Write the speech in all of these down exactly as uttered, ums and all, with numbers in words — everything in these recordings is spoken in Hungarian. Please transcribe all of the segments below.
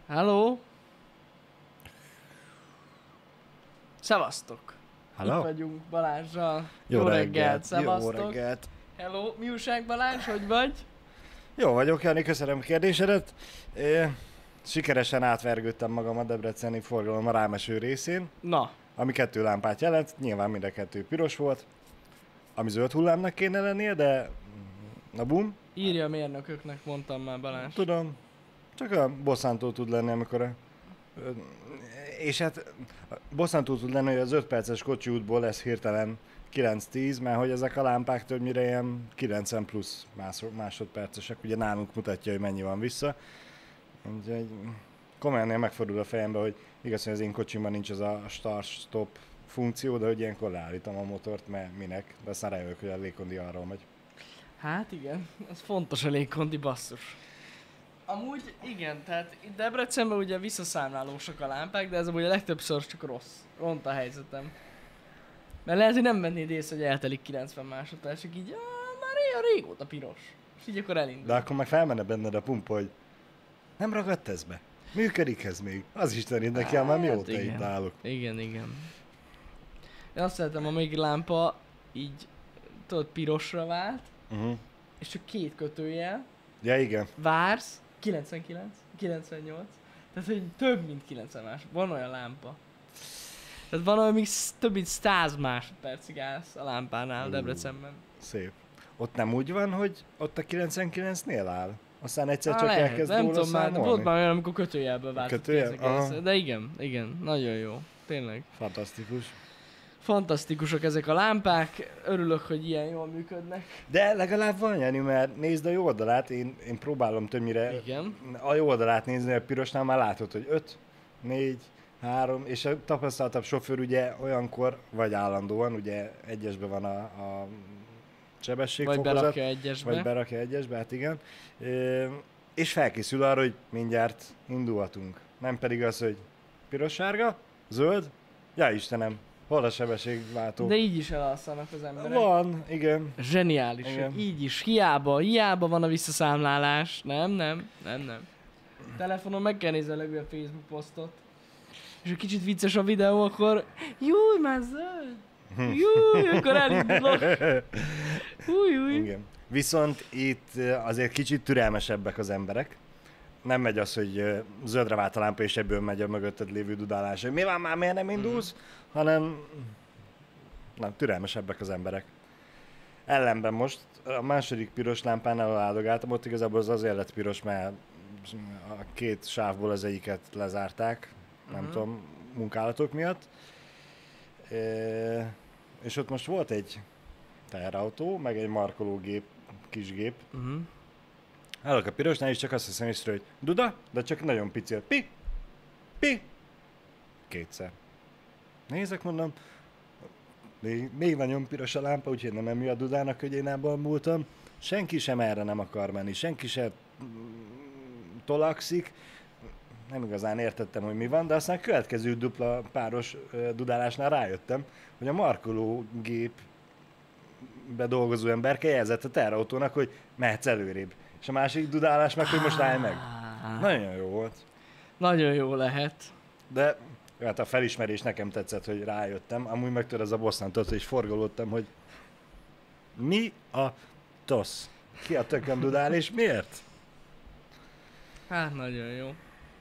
Halló? Szevasztok! Hello? Itt vagyunk Balázsral. Jó, Jó reggelt, reggelt, szevasztok! Jó reggelt! Hello, mi újság Balázs, hogy vagy? Jó vagyok, Jani, köszönöm a kérdésedet. É, sikeresen átvergődtem magam a debreceni forgalom a rámeső részén, Na, ami kettő lámpát jelent, nyilván mind a kettő piros volt, ami zöld hullámnak kéne lennie, de na bum. írja a mérnököknek, mondtam már Balázs. Tudom, csak a bosszantó tud lenni, amikor a... És hát bosszantó tud lenni, hogy az öt perces kocsi útból lesz hirtelen kilenc-tíz, mert hogy ezek a lámpák többnyire ilyen kilencven plusz másodpercesek, ugye nálunk mutatja, hogy mennyi van vissza. Úgyhogy komolyan megfordul a fejembe, hogy igaz, hogy az én kocsimban nincs az a start-stop funkció, de hogy ilyenkor leállítom a motort, mert minek, de aztán rájövök, hogy a légkondi arról megy. Hát igen, ez fontos a légkondi, basszus. Amúgy igen, tehát itt Debrecenben ugye visszaszámlálósak a lámpák, de ez amúgy a legtöbbször csak rossz, ront a helyzetem. Mert lehet, hogy nem vennéd észre, hogy eltelik kilencven másodperc, csak így, ah, már olyan régóta piros. És így akkor elindul. De akkor meg felmenne benned a pumpa, hogy nem ragadt ez be? Működik ez még? Az Isten nekem már mióta igen. itt állok. Igen, igen. Én azt szeretem, a még lámpa így, tudod, pirosra vált, Uh-huh. és csak két kötőjel, Ja, igen. vársz, kilencvenkilenc, kilencvennyolc, tehát hogy több mint kilencven másodperc, van olyan lámpa. Tehát van olyan, még több mint száz másodpercig állsz a lámpánál Uh. Debrecenben. Szép. Ott nem úgy van, hogy ott a kilencvenkilencnél áll? Aztán egyszer Á, csak lehet, elkezd nem róla tudom már, számolni? volt már olyan, amikor kötőjelből váltott Kötőjel? pénzek Aha. először. De igen, igen, nagyon jó, tényleg. Fantasztikus. Fantasztikusak ezek a lámpák, örülök, hogy ilyen jól működnek. De legalább van, Jani, mert nézd a jó oldalát, én, én próbálom többnyire Igen. a jó oldalát nézni, a pirosnál már látod, hogy öt, négy, három, és a tapasztaltabb sofőr ugye olyankor, vagy állandóan, ugye egyesben van a, a Vagy sebességfokozat, berakja egyesbe. vagy berakja egyesbe, hát igen, Ö, és felkészül arra, hogy mindjárt indulhatunk. Nem pedig az, hogy piros-sárga, zöld, ja Istenem, hol a sebességváltó? De így is elalszanak az emberek. Van, igen. Zseniális, Igen. hogy így is, hiába, hiába van a visszaszámlálás. Nem, nem, nem, nem. Telefonon meg kell nézni a legújabb Facebook posztot. És egy kicsit vicces a videó, akkor júj, már zöld! Júj, akkor elindulok. Új, új. Igen. Viszont itt eh, azért kicsit türelmesebbek az emberek. Nem megy az, hogy eh, zöldre vált a lámpa, és ebből megy a mögötted lévő dudálás, hogy mi van már, miért nem indulsz, mm. hanem nem, türelmesebbek az emberek. Ellenben most a második piros lámpánál áldogáltam, ott igazából az azért lett piros, mert a két sávból az egyiket lezárták, nem Mhm. tudom, munkálatok miatt. E, és ott most volt egy teherautó, meg egy markológép, kisgép. Uh-huh. Állok a pirosnál, és csak azt hiszem észre, hogy Duda, de csak nagyon pici, pi, pi, kétszer. Nézek, mondom, még, még nagyon piros a lámpa, úgyhogy nem emi a Dudának, hogy én abban múltam. Senki sem erre nem akar menni, senki sem tolakszik. Nem igazán értettem, hogy mi van, de aztán a következő dupla páros ö, dudálásnál rájöttem, hogy a markológép bedolgozó emberke jelzett a teherautónak, hogy mehetsz előrébb. És a másik dudálás meg, hogy most állj meg. Nagyon jó volt. Nagyon jó lehet. De hát a felismerés nekem tetszett, hogy rájöttem. Amúgy meg tudod, ez a bosszantott, és forgolódtam, hogy mi a tosz? Ki a tökön dudál, és miért? Hát nagyon jó.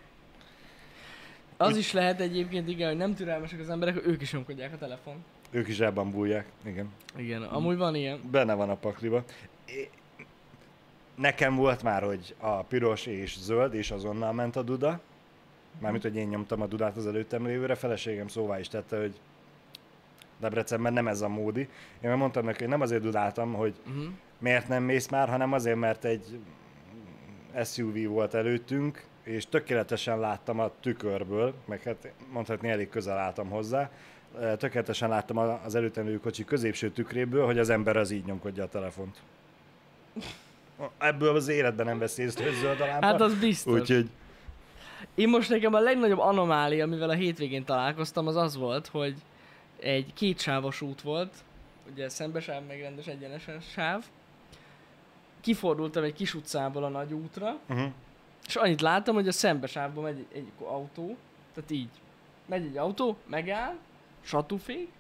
Az is lehet egyébként, igen, hogy nem türelmesek az emberek, hogy ők is nyomkodják a telefon. Ők is ebben bújják, igen. Igen, amúgy van ilyen. Benne van a pakliba. É- Nekem volt már, hogy a piros és zöld, és azonnal ment a duda. Mármint, hogy én nyomtam a dudát az előttem lévőre, feleségem szóvá is tette, hogy Debrecenben nem ez a módi. Én meg mondtam neki, hogy nem azért dudáltam, hogy Uh-huh. miért nem mész már, hanem azért, mert egy es u vé volt előttünk, és tökéletesen láttam a tükörből, meg hát mondhatni elég közel álltam hozzá, tökéletesen láttam az előttem lévő kocsi középső tükréből, hogy az ember az így nyomkodja a telefont. Ebből az életben nem vesz észre, hogy zöld a lámpa. Hát az biztos. Úgyhogy Én most nekem a legnagyobb anomália, amivel a hétvégén találkoztam, az az volt, hogy egy kétsávos út volt, ugye szembesáv, meg rendes egyenes sáv. Kifordultam egy kis utcából a nagy útra, uh-huh. És annyit láttam, hogy a szembesávban megy egy, egy autó, tehát így. Megy egy autó, megáll, satúfék,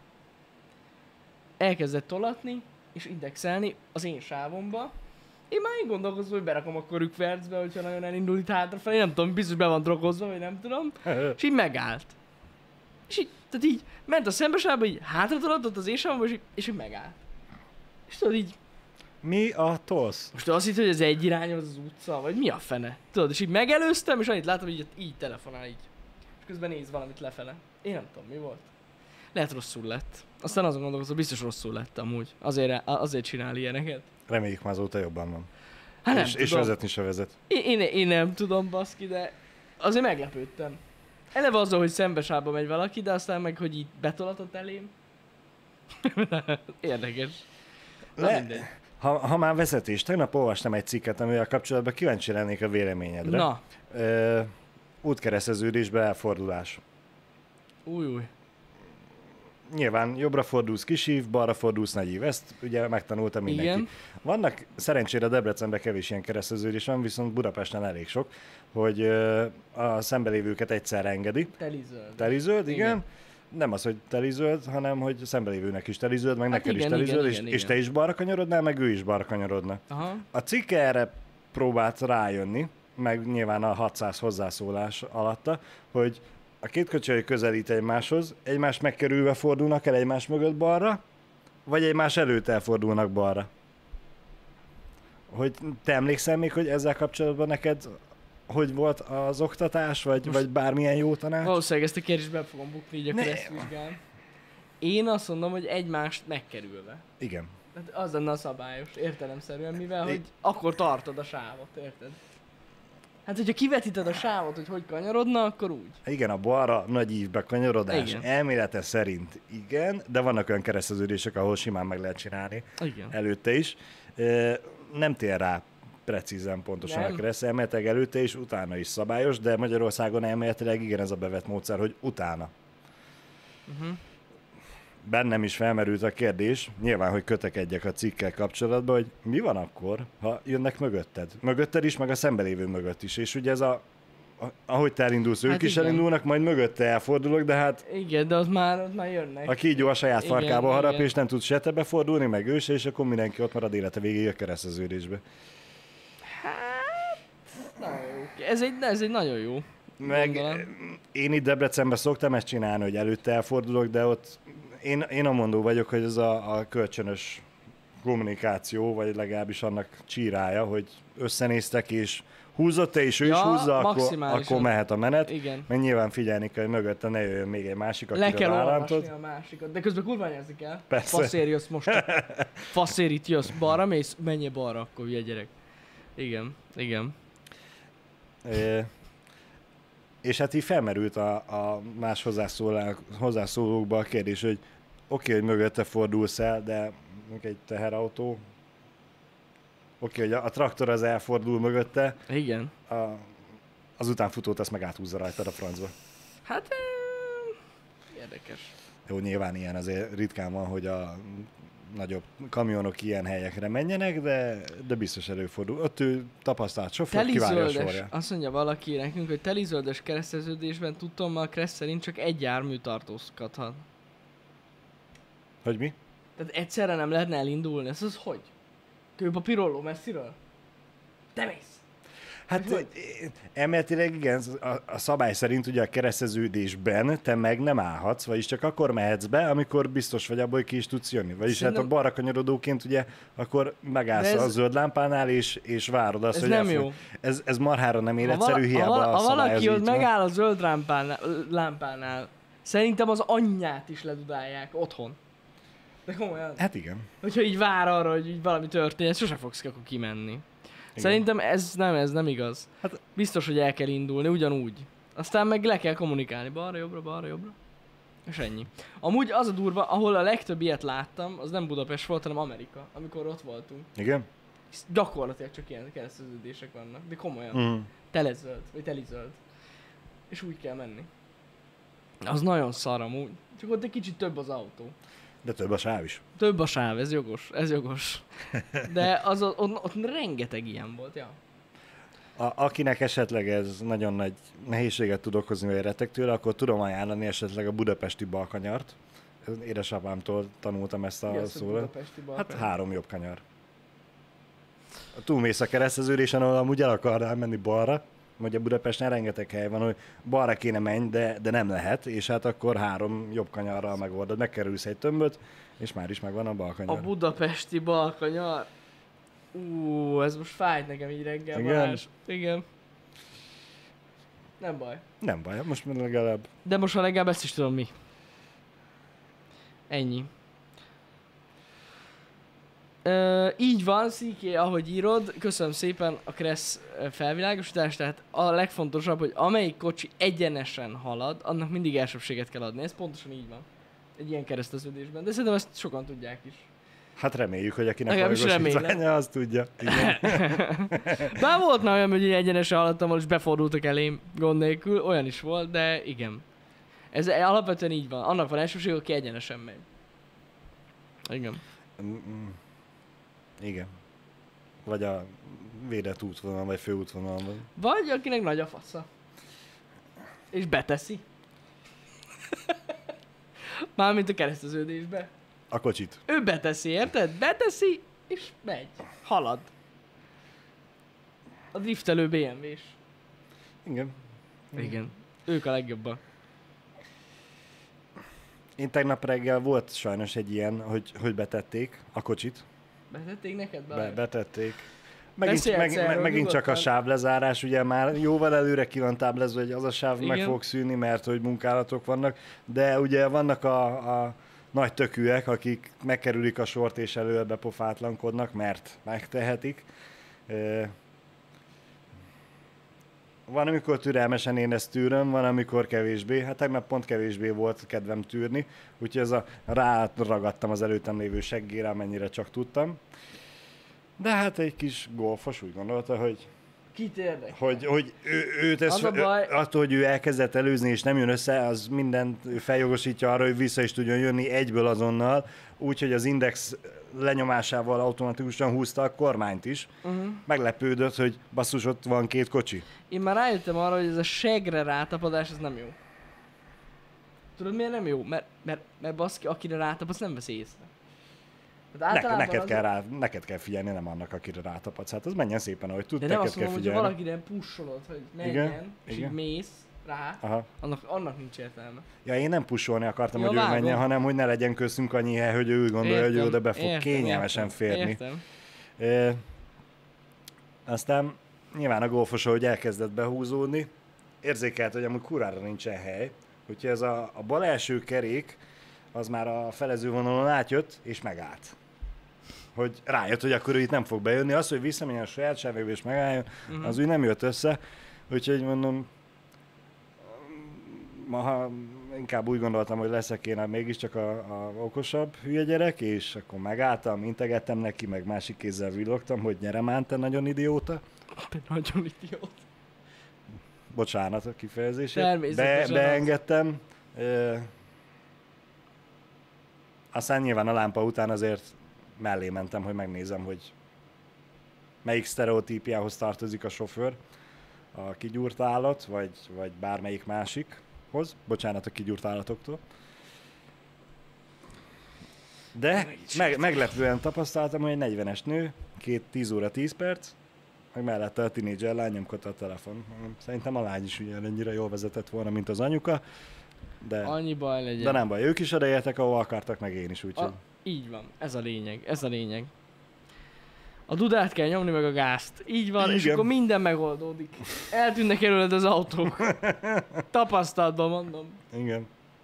elkezdett tolatni, és indexelni az én sávomba. Én már így gondolkozom, hogy berakom akkor rükvercbe, hogyha nagyon elindul itt hátrafelé, nem tudom, biztos be van drokozva, vagy nem tudom. És így megállt. És így, tehát így ment a szembesávba, így hátratolatott az én sávomba, és így, és így megállt. És tudod így, Mi a tosz? most azt hitt, hogy ez egy irányos az utca, vagy mi a fene? Tudod, és így megelőztem, és annyit láttam, hogy így, így telefonál így. És közben néz valamit lefele. Én nem tudom, mi volt. Lehet rosszul lett. Aztán azon gondolkozom, biztos rosszul lett amúgy. Azért, azért csinál ilyeneket. Reméljük már azóta jobban van. Hát nem és, tudom. és vezetni se vezet. Én, én, én nem tudom, baszki, de azért meglepődtem. Eleve azzal, hogy szembesába megy valaki, de aztán meg, hogy így betolatott elém. Érdekes. Na Le, mindegy. ha, ha már vezetés, tegnap olvastam egy cikket, amivel kapcsolatban kíváncsi lennék a véleményedre. Na, Ö, útkereszteződésbe elfordulás. új, új. Nyilván jobbra fordulsz kisív, balra fordulsz nagyív. Ezt ugye megtanulta mindenki. Igen. Vannak, szerencsére Debrecenben kevés ilyen kereszteződés van, viszont Budapesten elég sok, hogy ö, a szembelévőket egyszerre engedi. Telizöld. Telizöld, igen. Igen. Nem az, hogy telizöld, hanem hogy szembelévőnek is telizöld, meg Hát neked igen, is telizöld, igen, és, igen, és te igen. is balra kanyarodnál, meg ő is balra kanyarodna. Aha. A cikk erre próbált rájönni, meg nyilván a hatszáz hozzászólás alatta, hogy a két kocsi közelít egymáshoz, egymást megkerülve fordulnak el egymás mögött balra, vagy egymás előtt elfordulnak balra. Hogy te emlékszel még, hogy ezzel kapcsolatban neked hogy volt az oktatás, vagy, Most- vagy bármilyen jó tanács? Valószínűleg ezt a kérdést be fogom bukni, így akkor Ne. ezt vizsgálom. Én azt mondom, hogy egymást megkerülve. Igen. Tehát az lenne a szabályos, értelemszerűen, mivel I- hogy akkor tartod a sávot, érted? Hát, hogyha kivetíted a sávot, hogy hogy kanyarodna, akkor úgy. Igen, a balra nagy ívbe kanyarodás Igen. elmélete szerint igen, de vannak olyan kereszteződések, ahol simán meg lehet csinálni Igen. előtte is. Ö, Nem tér rá precízen pontosan Nem. a kereszt, elméletileg előtte is, utána is szabályos, de Magyarországon elméletileg igen ez a bevett módszer, hogy utána. Uh-huh. Bennem is felmerült a kérdés, nyilván, hogy kötekedjek a cikkel kapcsolatban, hogy mi van akkor, ha jönnek mögötted. Mögötted is, meg a szembelévő mögött is. És ugye ez a, a ahogy te elindulsz, ők Hát is igen. elindulnak, majd mögötte elfordulok, de hát Igen, de ott már, ott már jönnek. a kígyó a saját Igen, farkába harap, igen. és nem tud se te befordulni, meg ő se, és akkor mindenki ott marad élete végéig a kereszteződésbe. Nagyon jó. Ez egy, ez egy nagyon jó. Meg Gondolom. én itt Debrecenben szoktam ezt csinálni, hogy előtte elfordulok, de ott én, én a mondó vagyok, hogy ez a, a kölcsönös kommunikáció, vagy legalábbis annak csírája, hogy összenéztek, és húzott te és ő Ja, is húzza, akkor, maximálisan. akkor mehet a menet. Igen. Meg nyilván figyelni kell, hogy mögötte ne jöjjön még egy másik, Le akire kell rárántod. olvasni a másikat, de közben kurványázni kell. Persze. Faszér jössz most. Faszér itt jössz. Balra mész, menjél balra, akkor hülye gyerek. Igen, igen. É, és hát így felmerült a, a más hozzászólá- hozzászólókba a kérdés, hogy oké, hogy mögötte fordulsz el, de mondjuk egy teherautó, oké, hogy a, a traktor az elfordul mögötte, Igen. a, az utánfutót azt meg áthúzza rajtad a francba. Hát... eh, Érdekes. Jó, nyilván ilyen azért ritkán van, hogy a nagyobb kamionok ilyen helyekre menjenek, de, de biztos előfordul. Ott ő tapasztalt sofőr, kivárja a Telizöldes, sorját. azt mondja valaki nekünk, hogy telizöldes kereszteződésben tudtommal Kressz szerint csak egy jármű tartózkodhat. Hogy mi? Tehát egyszerre nem lehetne elindulni, ez az hogy? Kőpapírolló messziről? Te mész! Hát Hogy? elméletileg igen, a, a szabály szerint ugye a kereszteződésben te meg nem állhatsz, vagyis csak akkor mehetsz be, amikor biztos vagy abból, hogy ki is tudsz jönni. Vagyis Szerintem- hát a balra kanyarodóként ugye akkor megállsz De ez- a zöld lámpánál, és, és várod azt, Ez hogy nem elfog- jó. Ez, ez marhára nem Ha, életszerű, vala, ha, hiába vala, a ha szabály az valaki ott így van. megáll a zöld lámpánál, lámpánál, szerintem az anyját is ledudálják otthon. De komolyan. Hát igen. Hogyha így vár arra, hogy így valami történjen, sose fogsz akkor kimenni. Szerintem ez nem, ez nem igaz. Hát- Biztos, hogy el kell indulni, ugyanúgy. Aztán meg le kell kommunikálni, balra, jobbra, balra, jobbra. És ennyi. Amúgy az a durva, ahol a legtöbb ilyet láttam, az nem Budapest volt, hanem Amerika, amikor ott voltunk. Igen? És gyakorlatilag csak ilyen kereszteződések vannak, de komolyan. Mm. Telezöld, vagy telizöld. És úgy kell menni. Az nagyon szar amúgy. Csak ott egy kicsit több az autó. De több a sáv is. Több a sáv, ez jogos, ez jogos. De az, ott, ott rengeteg ilyen volt, ja. A, akinek esetleg ez nagyon nagy nehézséget tud okozni, vagy rettek tőle, akkor tudom ajánlani esetleg a budapesti balkanyart. Édesapámtól tanultam ezt a szóra. Hát három jobb kanyar. Túlmész a kereszteződésen, ahol amúgy el akarnál menni balra. Ugye Budapesten rengeteg hely van, hogy balra kéne menj, de, de nem lehet, és hát akkor három jobb kanyarral megoldod. Megkerülsz egy tömböt, és már is megvan a balkanyar. A budapesti balkanyar. Ú, ez most fájt nekem így reggel. Igen? Balázs. Igen. Nem baj. Nem baj, most már legalább. De most már legalább ezt is tudom mi. Ennyi. Ö, így van, Sziké, ahogy írod, köszönöm szépen a Kressz felvilágosítást, tehát a legfontosabb, hogy amelyik kocsi egyenesen halad, annak mindig elsőbséget kell adni. Ez pontosan így van. Egy ilyen kereszteződésben, de szerintem ezt sokan tudják is. Hát reméljük, hogy akinek Nekem a is jogosítványa, azt tudja. Igen. Bár volt már olyan, hogy egyenesen haladtam, és befordultak elém gond nélkül, olyan is volt, de igen. Ez alapvetően így van. Annak van elsőség, aki egyenesen megy. Igen. Mm-mm. Igen. Vagy a védett útvonalon, vagy főútvonalon van. Vagy akinek nagy a fasza. És beteszi. Mármint a kereszteződésbe. A kocsit. Ő beteszi, érted? Beteszi, és megy. Halad. A driftelő bé em vé-s. Igen. Igen. Ők a legjobbak. Én tegnap reggel volt sajnos egy ilyen, hogy, hogy betették a kocsit. Betették neked? Be, betették. Megint, Beszélhetsz meg, erről, megint csak a nyugodtan. sávlezárás, ugye már jóval előre ki van táblázva, hogy az a sáv Igen. meg fog szűnni, mert hogy munkálatok vannak, de ugye vannak a, a nagy tökűek, akik megkerülik a sort és előbb bepofátlankodnak, mert megtehetik. E, van, amikor türelmesen én ezt tűröm, van, amikor kevésbé. Hát tegnap pont kevésbé volt kedvem tűrni, úgyhogy ez a, ráragadtam az előttem lévő seggére, amennyire csak tudtam. De hát egy kis golfos úgy gondolta, hogy Kit érdekel? hogy, hogy ő, őt ez, Az a baj- ő, attól, hogy ő elkezdett előzni és nem jön össze, az mindent feljogosítja arra, hogy vissza is tudjon jönni egyből azonnal, úgyhogy az Index lenyomásával automatikusan húzta a kormányt is. Uh-huh. Meglepődött, hogy basszus, ott van két kocsi. Én már rájöttem arra, hogy ez a segre rátapadás, ez nem jó. Tudod miért nem jó? Mert, mert, mert baszki, akire rátap, azt nem vesz észre. Tehát Neked, általában neked, az kell a- rá, neked kell figyelni, nem annak, akire rátapadsz. Hát az menjen szépen, ahogy tud, De nem neked azt kell mondom, hogyha figyelni. valakire pusolod, hogy Igen, menjen, és igen. így mész rá, Aha. annak, annak nincs értelme. Ja, én nem pusolni akartam, Ja, hogy ő vágom. menjen, hanem hogy ne legyen köztünk annyi hely, hogy ő úgy gondolja, hogy ő oda be fog értem, kényelmesen értem, férni. Értem. E, aztán nyilván a golfos, hogy elkezdett behúzódni, érzékelt, hogy amúgy kurára nincsen hely, úgyhogy ez a, a bal első kerék, az már a felező vonalon átjött, és megállt. Hogy rájött, hogy akkor ő itt nem fog bejönni. Az, hogy visszamenjen a saját sávjába és megálljon, Mhm. az úgy nem jött össze. Úgyhogy mondom, ma ha inkább úgy gondoltam, hogy leszek én mégiscsak a, a okosabb hülye gyerek, és akkor megálltam, integettem neki, meg másik kézzel villogtam, hogy gyere már, te nagyon idióta. Te nagyon idiót. Bocsánat a kifejezésért. Be, Természetesen az. beengedtem. E, aztán nyilván a lámpa után azért mellé mentem, hogy megnézem, hogy melyik sztereotípiához tartozik a sofőr. A kigyúrt állat, vagy, vagy bármelyik másikhoz. Bocsánat a kigyúrt állatoktól. De meg, meglepően tapasztaltam, hogy egy negyvenes nő, két tíz óra tíz perc, meg mellette a tinédzser lány nyomkodta a telefon. Szerintem a lány is ugyanennyire jól vezetett volna, mint az anyuka. De, Annyi baj legyen. de nem baj, ők is odaértek, ahol akartak, meg én is, úgyhogy... A, így van, ez a lényeg, ez a lényeg. A dudát kell nyomni, meg a gázt. Így van, és Igen. akkor minden megoldódik. Eltűnnek előled az autók. Tapasztalatban mondom. Igen.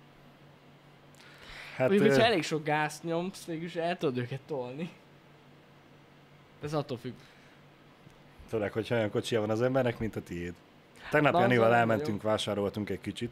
Hát, Hát, Mondjuk, hogyha ö, elég sok gázt nyomsz, végülis el tudod őket tolni. Ez attól függ. főleg, hogyha olyan kocsia van az embernek, mint a tiéd. Tegnap Na, az Janival nagyon elmentünk, vásároltunk egy kicsit.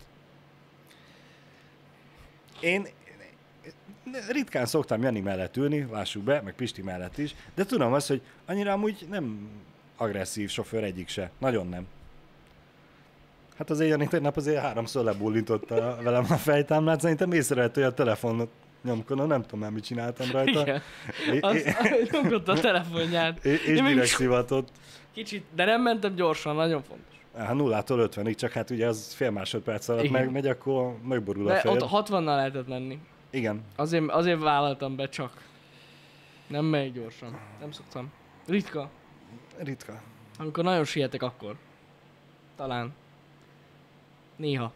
Én ritkán szoktam Jani mellett ülni, lássuk be, meg Pisti mellett is, de tudom azt, hogy annyira amúgy nem agresszív sofőr egyik se. Nagyon nem. Hát azért Jani tegnap azért háromszor lebullintotta velem a fejtámlát, szerintem észrevehető, hogy a telefon nyomkodom, nem tudom már mit csináltam rajta. Igen. Azt nyomkodta a telefonját. És, és direkt szivatott. Kicsit, de nem mentem gyorsan, nagyon fontos. Hát nullától ötvenig, csak hát ugye az fél másodperc alatt Igen. megmegy, akkor megborul a De fejed. ott hatvannal lehetett menni. Igen. Azért, azért vállaltam be csak. Nem megy gyorsan. Nem szoktam. Ritka. Ritka. Amikor nagyon sietek, akkor. Talán. Néha.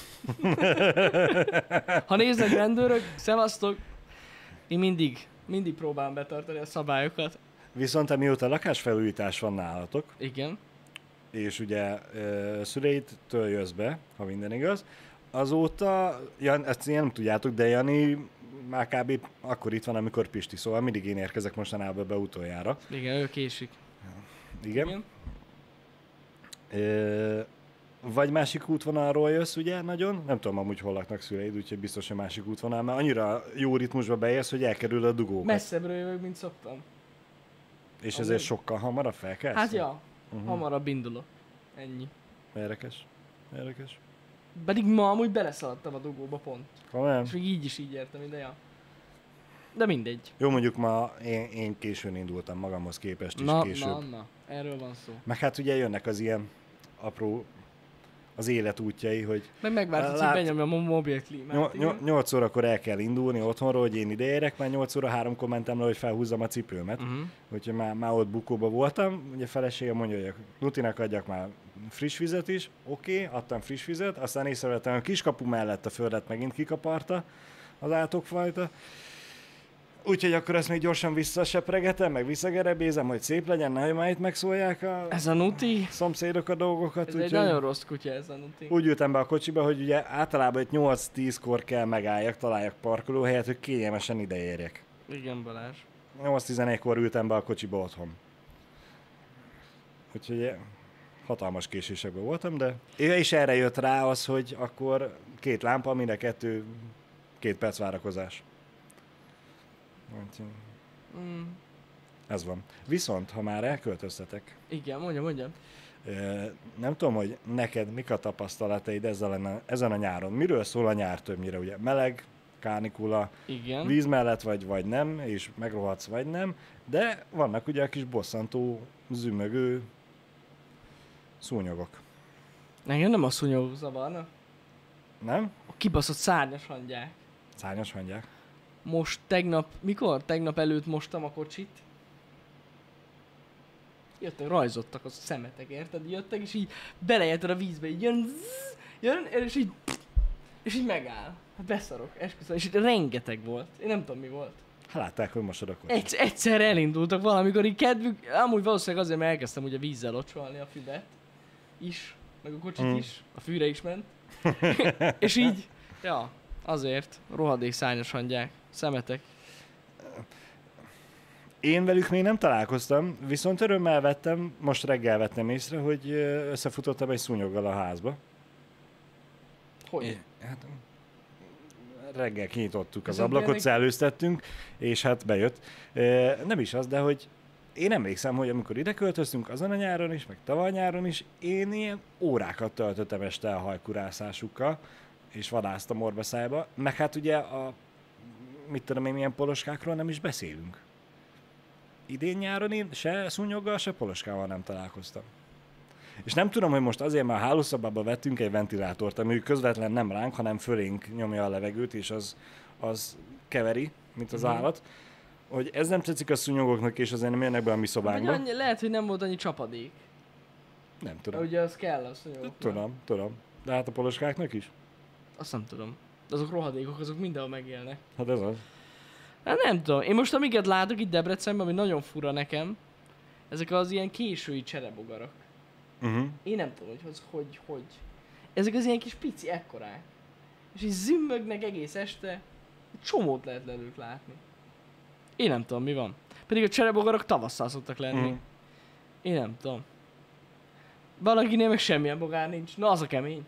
Ha néznek rendőrök, szevasztok. Én mindig, mindig próbálom betartani a szabályokat. Viszont amióta lakásfelújítás van nálatok, Igen. és ugye ö, szüleidtől jössz be, ha minden igaz, azóta, Jan, ezt ilyen nem tudjátok, de Jani már kb. Akkor itt van, amikor Pisti, szóval mindig én érkezek mostanában be utoljára. Igen, ő késik. Igen. Igen. Ö, vagy másik útvonalról jössz, ugye, nagyon? Nem tudom amúgy hol laknak szüleid, úgyhogy biztos, hogy másik útvonal, mert annyira jó ritmusba beérsz, hogy elkerül a dugókat. Messzebbről jövök, mint szoktam. És Amúgy. ezért sokkal hamarabb felkelsz? Hát ja, Uh-huh. hamarabb indulok. Ennyi. Érdekes. Érdekes. Pedig ma amúgy beleszaladtam a dugóba pont. Komolyan? És még így is így értem ide, ja. De mindegy. Jó, mondjuk ma én, én későn indultam magamhoz képest is Na, később. na, na. Erről van szó. Meg hát ugye jönnek az ilyen apró, az élet útjai, hogy Meg megvártad, Lát- hogy benyomjam a mobil klímát. nyolc órakor el kell indulni otthonról, hogy én ide érek, mert nyolc óra háromkor mentem le, hogy felhúzzam a cipőmet. Uh-huh. Úgyhogy már, már ott bukóba voltam, ugye a feleségem mondja, hogy a Lutinak adjak már friss vizet is, oké, okay, adtam friss vizet, aztán észrevettem, a kiskapu mellett a földet megint kikaparta az átokfajta. Úgyhogy akkor ezt még gyorsan visszasepregetem, meg visszagerebézem, hogy szép legyen, nehogy már itt megszólják a Ez a Nuti, szomszédok a dolgokat. ez Úgy, egy nagyon rossz kutya ez a Nuti. úgy ültem be a kocsiba, hogy ugye általában itt nyolc-tízkor kell megálljak, találjak parkolóhelyet, hogy kényelmesen ideérjek. Igen, Balázs. nyolc tizenegykor ültem be a kocsiba otthon. Úgyhogy eh, hatalmas késésekben voltam, de... És erre jött rá az, hogy akkor két lámpa, mind a kettő, két perc várakozás. Úgyhogy Mm, ez van. Viszont, ha már elköltöztetek, igen, mondja, mondja. eh, nem tudom, hogy neked mik a tapasztalataid ezzel a, ezen a nyáron. Miről szól a nyár többnyire, ugye? Meleg, kánikula, Igen. víz mellett vagy, vagy nem, és megrohadsz vagy nem, de vannak ugye a kis bosszantó, zümmögő szúnyogok. Engem nem a szúnyogok zavarna. Nem? A kibaszott szárnyas hangyák. Szárnyas hangyák. Most tegnap, mikor? Tegnap előtt mostam a kocsit. Jöttek, rajzottak a szemetek, érted? Jöttek, és így beleérted a vízbe, így jön, zzz, jön, és így, és így megáll. Hát beszarok, esküszöm, és itt rengeteg volt. Én nem tudom mi volt. Hát látták, hogy mosod a kocsit. Egy, egyszer elindultak valamikor, így kedvük, amúgy valószínűleg azért, mert elkezdtem ugye vízzel locsolni a füvet is, meg a kocsit Mm. is, a fűre is ment. És így, ja, azért, rohadék szárnyas hangyák, szemetek. Én velük még nem találkoztam, viszont örömmel vettem, most reggel vettem észre, hogy ö, összefutottam egy szúnyoggal a házba. Hogy? É, hát, reggel kinyitottuk az Viszont ablakot, tényleg- szellőztettünk, és hát bejött. Ö, Nem is az, de hogy én emlékszem, hogy amikor ide költöztünk azon a nyáron is, meg tavaly nyáron is, én ilyen órákat töltöttem este a hajkurászásukkal, és vadásztam orbaszájba, meg hát ugye a, mit tudom én, milyen poloskákról nem is beszélünk. Idén nyáron én se szúnyoggal, se poloskával nem találkoztam. És nem tudom, hogy most azért, mert a hálószobába vettünk egy ventilátort, ami közvetlen nem ránk, hanem fölénk nyomja a levegőt, és az, az keveri, mint az Mhm. állat, hogy ez nem tetszik a szúnyogoknak, és azért nem jönnek be a mi Vagy szobánkba. annyi, lehet, hogy nem volt annyi csapadék. Nem De tudom. ugye az kell az szúnyogoknak. Tudom, tudom. De hát a poloskáknak is? Azt nem tudom. De azok rohadékok, azok mindenhol megélnek. Hát ez az. Hát nem tudom. Én most amiket látok itt Debrecenben, ami nagyon fura nekem, ezek az ilyen késői cserebogarak. Uh-huh. Én nem tudom, hogy, hogy, hogy, hogy. Ezek az ilyen kis pici ekkorák. És így zümmögnek egész este. Egy csomót lehet lelők látni. Én nem tudom, mi van. Pedig a cserebogarak tavasszal szoktak lenni. Uh-huh. Én nem tudom. Valakinél meg semmilyen bogár nincs. Na, az a kemény.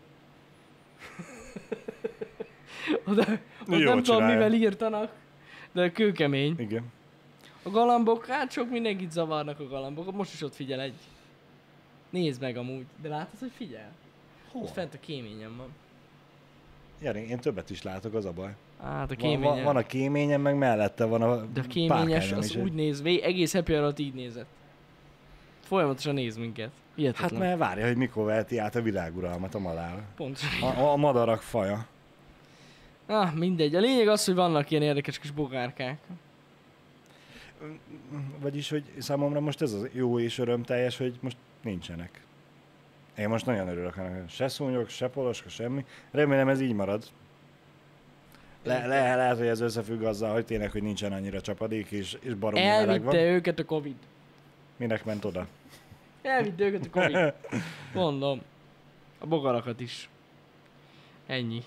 Oda, ott Jól nem tudom, csinálja. mivel írtanak, de kőkemény. Igen. A galambok, hát sok mindenkit zavarnak a galambok. Most is ott figyel egy. Nézd meg amúgy. De látod, hogy figyel? Hol? Ott fent a kéményen van. Jani, én többet is látok, az a baj. Hát a Van, van, kéménye. van a kéményen, meg mellette van a De a kéményes párkányon az is. úgy néz, vég, egész happy alatt így nézett. Folyamatosan néz minket. Hihetetlen. Hát mert várja, hogy mikor veheti át a világuralmat a madár. Pontosan. A, a madarak faja. Ah, mindegy. A lényeg az, hogy vannak ilyen érdekes kis bogárkák. Vagyis, hogy számomra most ez az jó és örömteljes, hogy most nincsenek. Én most nagyon örülök ennek. Se szúnyog, se poloska, semmi. Remélem ez így marad. Le, le, lehet, hogy ez összefügg azzal, hogy tényleg, hogy nincsen annyira csapadék, és, és baromi meleg Elvitte van. őket a Covid. Minek ment oda? Elvitte őket a Covid. Mondom. A bogarakat is. Ennyi.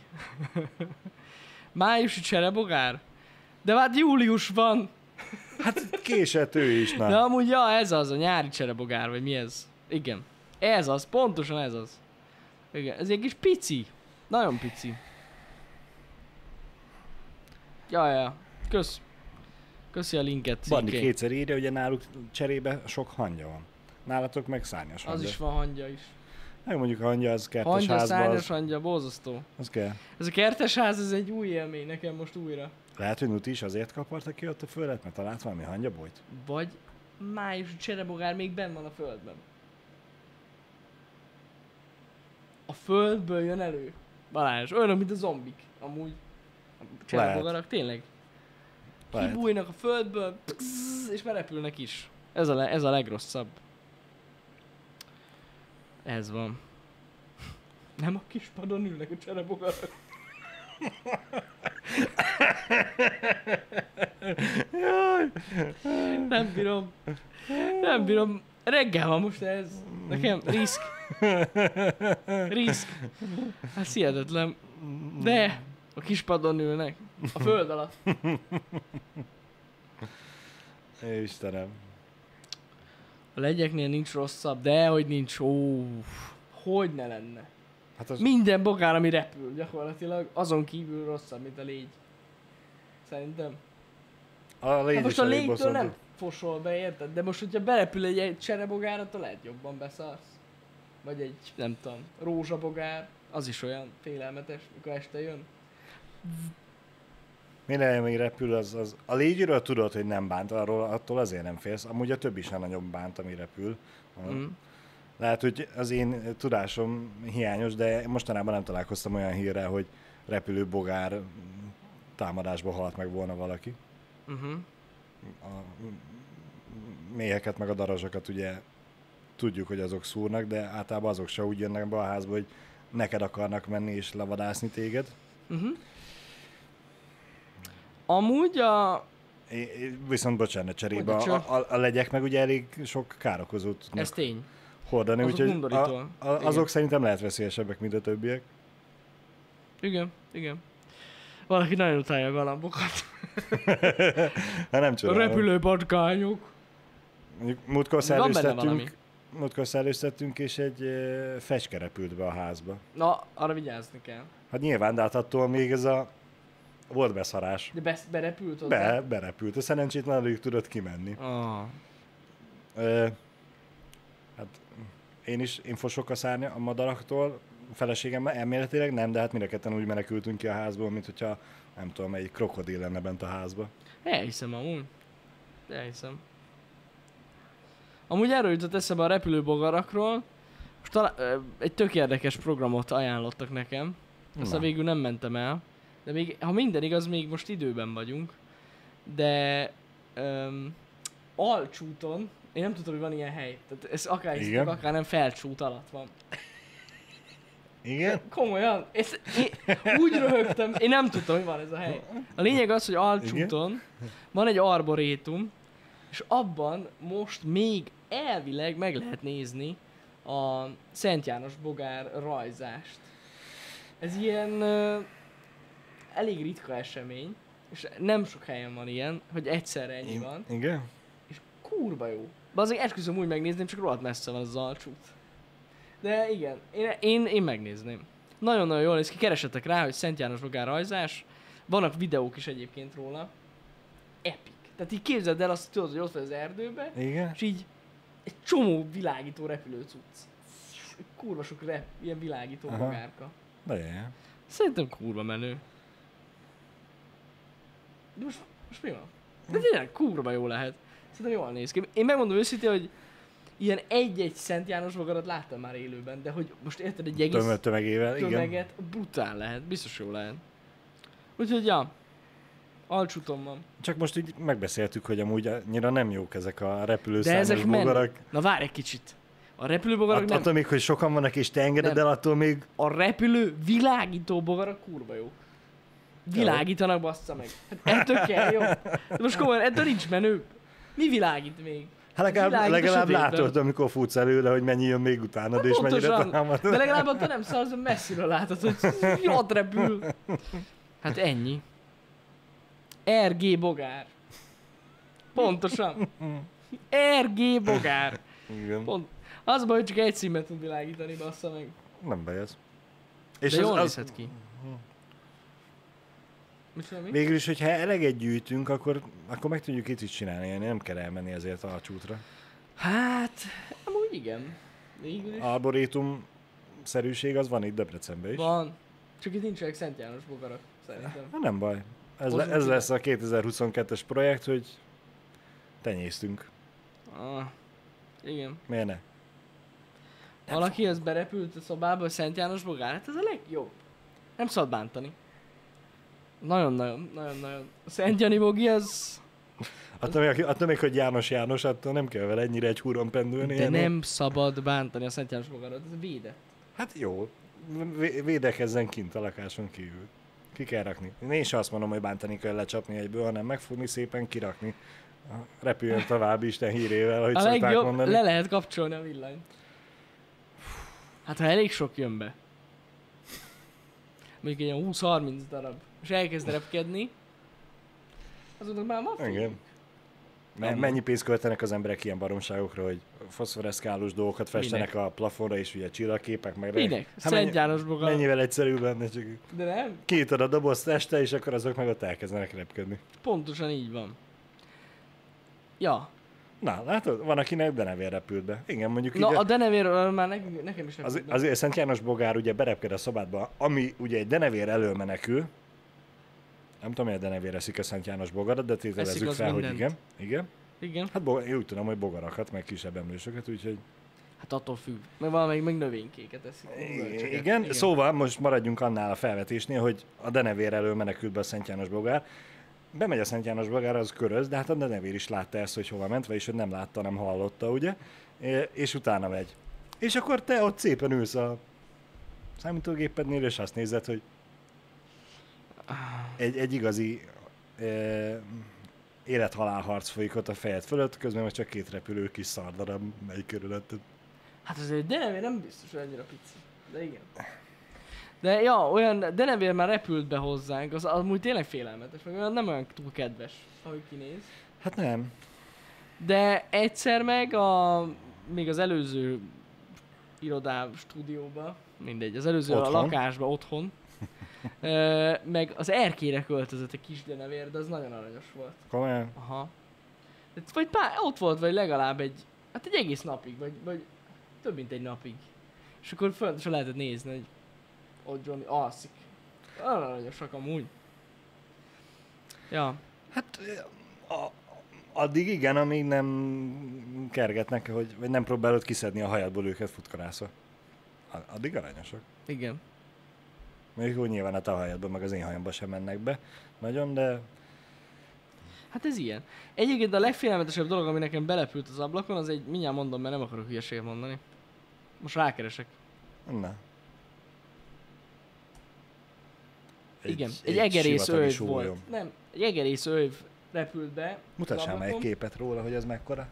Májusi cserebogár? De hát július van. Hát késett ő is, na. De amúgy, ja, ez az, a nyári cserebogár, vagy mi ez? Igen. Ez az, pontosan ez az. Igen, ez egy kis pici. Nagyon pici. Ja, ja. Kösz. Köszi a linket, Bandi Ciké. kétszer írja, hogy náluk cserébe sok hangya van. Nálatok meg szárnyas Az hangya. is van hangya is. Meg mondjuk a hangya az kertes Hangya, házban, szárnyas az, hangya, borzasztó. az kell. Ez a kertes ház, ez egy új élmény nekem most újra. Lehet, hogy Nuti is azért kaparta ki ott a földet, mert talált valami hangyabolyt. Vagy májusi cserebogár még benn van a földben. A földből jön elő. Balázs, olyan, mint a zombik. Amúgy. A cserebogarak, tényleg. Lehet. Kibújnak a földből, psz, és berepülnek is. Ez a, le, ez a legrosszabb. Ez van. Nem a kis padon ülnek a cserebogarak. Jaj. Nem bírom. Nem bírom. Reggel van most ez. Nekem risk. Risk. Hát hihetetlen. De a kis padon ülnek. A föld alatt. Istenem. A legyeknél nincs rosszabb, de hogy nincs. Ó, hogy ne lenne. Hát az... Minden bogár, ami repül gyakorlatilag, azon kívül rosszabb, mint a légy. Szerintem. A légy Hát is most a elég légytől bosszantó. nem fosol be, érted? De most, hogyha berepül egy, egy cserebogár, attól lehet jobban beszarsz. Vagy egy, nem tudom, rózsabogár. Az is olyan félelmetes, mikor este jön. Minden még repül, az, az... A légyről tudod, hogy nem bánt, arról, attól azért nem félsz. Amúgy a többi sem nagyon bánt, ami repül. Mm. Lehet, hogy az én tudásom hiányos, de mostanában nem találkoztam olyan hírrel, hogy repülő bogár támadásba halt meg volna valaki. Uh-huh. A méheket meg a darazsakat ugye tudjuk, hogy azok szúrnak, de általában azok se úgy jönnek be a házba, hogy neked akarnak menni és levadászni téged. Uh-huh. Amúgy a... É, é, viszont bocsánat, cserébe Hogy a, a, a legyek meg ugye elég sok károkozót tudnak Ez tény. hordani, Azok úgyhogy undorító. a, a, azok Igen. szerintem lehet veszélyesebbek, mint a többiek. Igen, igen. Valaki nagyon utálja a galambokat. Hát nem A csodálom. repülő patkányok. Mondjuk múltkor Van benne szellőztettünk, valami. múltkor szellőztettünk, és egy e, fecske repült be a házba. Na, arra vigyázni kell. Hát nyilván, de hát attól még ez a... Volt beszarás. De be, berepült hozzá? Be, berepült. A szerencsétlen alig tudott kimenni. Ah. Ö, hát én is, én fosok a szárnya a madaraktól, a feleségemmel elméletileg nem, de hát mind a ketten úgy menekültünk ki a házból, mint hogyha nem tudom, egy krokodil lenne bent a házba. Elhiszem amúgy. Elhiszem. Amúgy erről jutott eszembe a repülőbogarakról. Most talán, ö, egy tök érdekes programot ajánlottak nekem. Aztán Na. végül nem mentem el. De még, ha minden igaz, még most időben vagyunk. De öm, Alcsúton, én nem tudtam, hogy van ilyen hely. Tehát ez akár Igen. hisztek, akár nem Felcsút alatt van. Igen? Komolyan, ezt, én úgy röhögtem, én nem tudtam, hogy van ez a hely. A lényeg az, hogy Alcsúton van egy arborétum, és abban most még elvileg meg lehet nézni a Szent János bogár rajzást. Ez ilyen ö, elég ritka esemény, és nem sok helyen van ilyen, hogy egyszerre ennyi van, Igen? és kurva jó. Azért esküszöm úgy megnézném, csak rohadt messze van az Alcsút. De igen, én, én, én megnézném. Nagyon-nagyon jól néz ki, keresetek rá, hogy Szent János bogár rajzás. Vannak videók is egyébként róla. Epic. Tehát így képzeld el azt, tudod, hogy ott vagy az erdőbe, Igen? és így egy csomó világító repülőcucc. Kurva sok rep, ilyen világító Aha. bogárka. Nagyon jó. Szerintem kurva menő. De most, most mi van? De tényleg kurva jó lehet. Szerintem jól néz ki. Én megmondom őszintén, hogy ilyen egy-egy Szent János bogarat láttam már élőben, de hogy most érted egy egész Tömeg, tömegével, igen. tömeget, brutál lehet, biztos jó lehet. Úgyhogy ja, alcsutom van. Csak most így megbeszéltük, hogy amúgy annyira nem jók ezek a De repülőszámos ezek bogarak. mennek. Na várj egy kicsit. A repülőbogarak Att, nem. attól még, hogy sokan vannak és te engeded Nem. el, attól még... A repülő világító bogarak kurva jó. Világítanak, bassza meg. Hát ettől kell, jó? De most komolyan, ettől nincs menő. Mi világít még? Hát legalább, Világít a legalább sötétben. látod, amikor futsz előle, hogy mennyi jön még utánad, Hát és mennyire pontosan. támad. De legalább ott nem szarsz, hogy messziről látod, hogy jót repül. Hát ennyi. er gé Bogár. Pontosan. er gé Bogár. Igen. Pont. Az a baj, hogy csak egy címet tud világítani, bassza meg. Nem baj ez. És de jól nézhet ki. Mi? Végül is, hogyha eleget gyűjtünk, akkor, akkor meg tudjuk itt is csinálni, nem kell elmenni ezért a csútra. Hát, amúgy igen. Végül is. Arborétum szerűség az van itt Debrecenben is. Van. Csak itt nincsenek Szent János bogarak, szerintem. Hát nem baj. Ez, le, Hozunk ez ide. lesz a kétezer-huszonkettes projekt, hogy tenyésztünk. Ah, igen. Miért ne? Valaki az berepült a szobába, a Szent János bogár, hát ez a legjobb. Nem szabad bántani. Nagyon-nagyon, nagyon-nagyon. A Szent Jani bogi az... Attól még, attól még, hogy János János, attól nem kell vele ennyire egy húron pendülni. De hanem- nem szabad bántani a Szent János bogarat, ez védett. Hát jó. Vé- Védekezzen kint a lakáson kívül. Ki kell rakni. Én sem azt mondom, hogy bántani kell lecsapni egyből, hanem megfogni, szépen kirakni. Repüljön tovább Isten hírével, hogy A szokták legjobb, mondani. le lehet kapcsolni a villanyt. Hát ha elég sok jön be. Mondjuk egy ilyen húsz-harminc darab. És elkezd repkedni. Azoknak már van fény. Igen. Me- mennyi pénzt költenek az emberek ilyen baromságokra, hogy foszforeszkálós dolgokat festenek a plafonra, és ugye csillagképek, meg... Minek? Hát Szent mennyi- János bogar. Mennyivel egyszerűbb lenne, csak De nem? kiütöd a dobozt este, és akkor azok meg ott elkezdenek repkedni. Pontosan így van. Ja. Na, látod? Van, akinek denevér repült be. Igen, mondjuk Na így a denevérről már nekem, nekem is az, repült be. azért Szent János bogár ugye berepked a szobádba, ami ugye egy denevér elől menekül. Nem tudom, hogy a denevér eszik a Szent János bogarat, de Eszik tételezzük az fel, hogy mindent. igen. Igen. Igen. Hát bo- én úgy tudom, hogy bogarakat, meg kisebb emlősöket, úgyhogy... Hát attól függ. Meg valamelyik meg növénykéket eszik. Igen, igen, szóval most maradjunk annál a felvetésnél, hogy a denevér elől menekült be a Szent János bogár. Bemegy a Szent János bogár, az köröz, de hát a denevér is látta ezt, hogy hova ment, vagyis hogy nem látta, nem hallotta, ugye? É- És utána megy. És akkor te ott szépen ülsz a számítógépednél, és azt nézed, hogy egy, egy igazi e, élet-halál harc folyik ott a fejed fölött, közben meg csak két repülő kis szardarab megy körülötted. Hát azért denevér nem biztos, hogy annyira pici. De igen. De ja, olyan denevér már repült be hozzánk, az amúgy tényleg félelmetes, meg olyan nem olyan túl kedves, ahogy kinéz. Hát nem. De egyszer meg a, még az előző irodám, stúdióba, mindegy, az előző Otthon. a lakásba, otthon, ö, meg az erkére költözött egy kis denevér, de az nagyon aranyos volt. Komolyan? Aha. De vagy pár, ott volt, vagy legalább egy, hát egy egész napig, vagy, vagy több mint egy napig. És akkor fönt sem lehetett nézni, hogy ott Johnny alszik. Nagyon aranyosak amúgy. Ja. Hát a, addig igen, amíg nem kergetnek, hogy, vagy nem próbálod kiszedni a hajadból őket futkarászva. A- Addig aranyosak. Igen. Mondjuk úgy nyilván a te hajadban, meg az én hajamba sem mennek be nagyon, de Hát ez ilyen. Egyébként a legfélelmetesebb dolog, ami nekem belepült az ablakon, az egy, mindjárt mondom, mert nem akarok hülyeséget mondani. Most rákeresek. na. Igen, egy, egy egerész sivatagi öv sólyom. volt. Nem, egy egerész öv repült be. az Mutassál már egy ablakon. képet róla, hogy ez mekkora.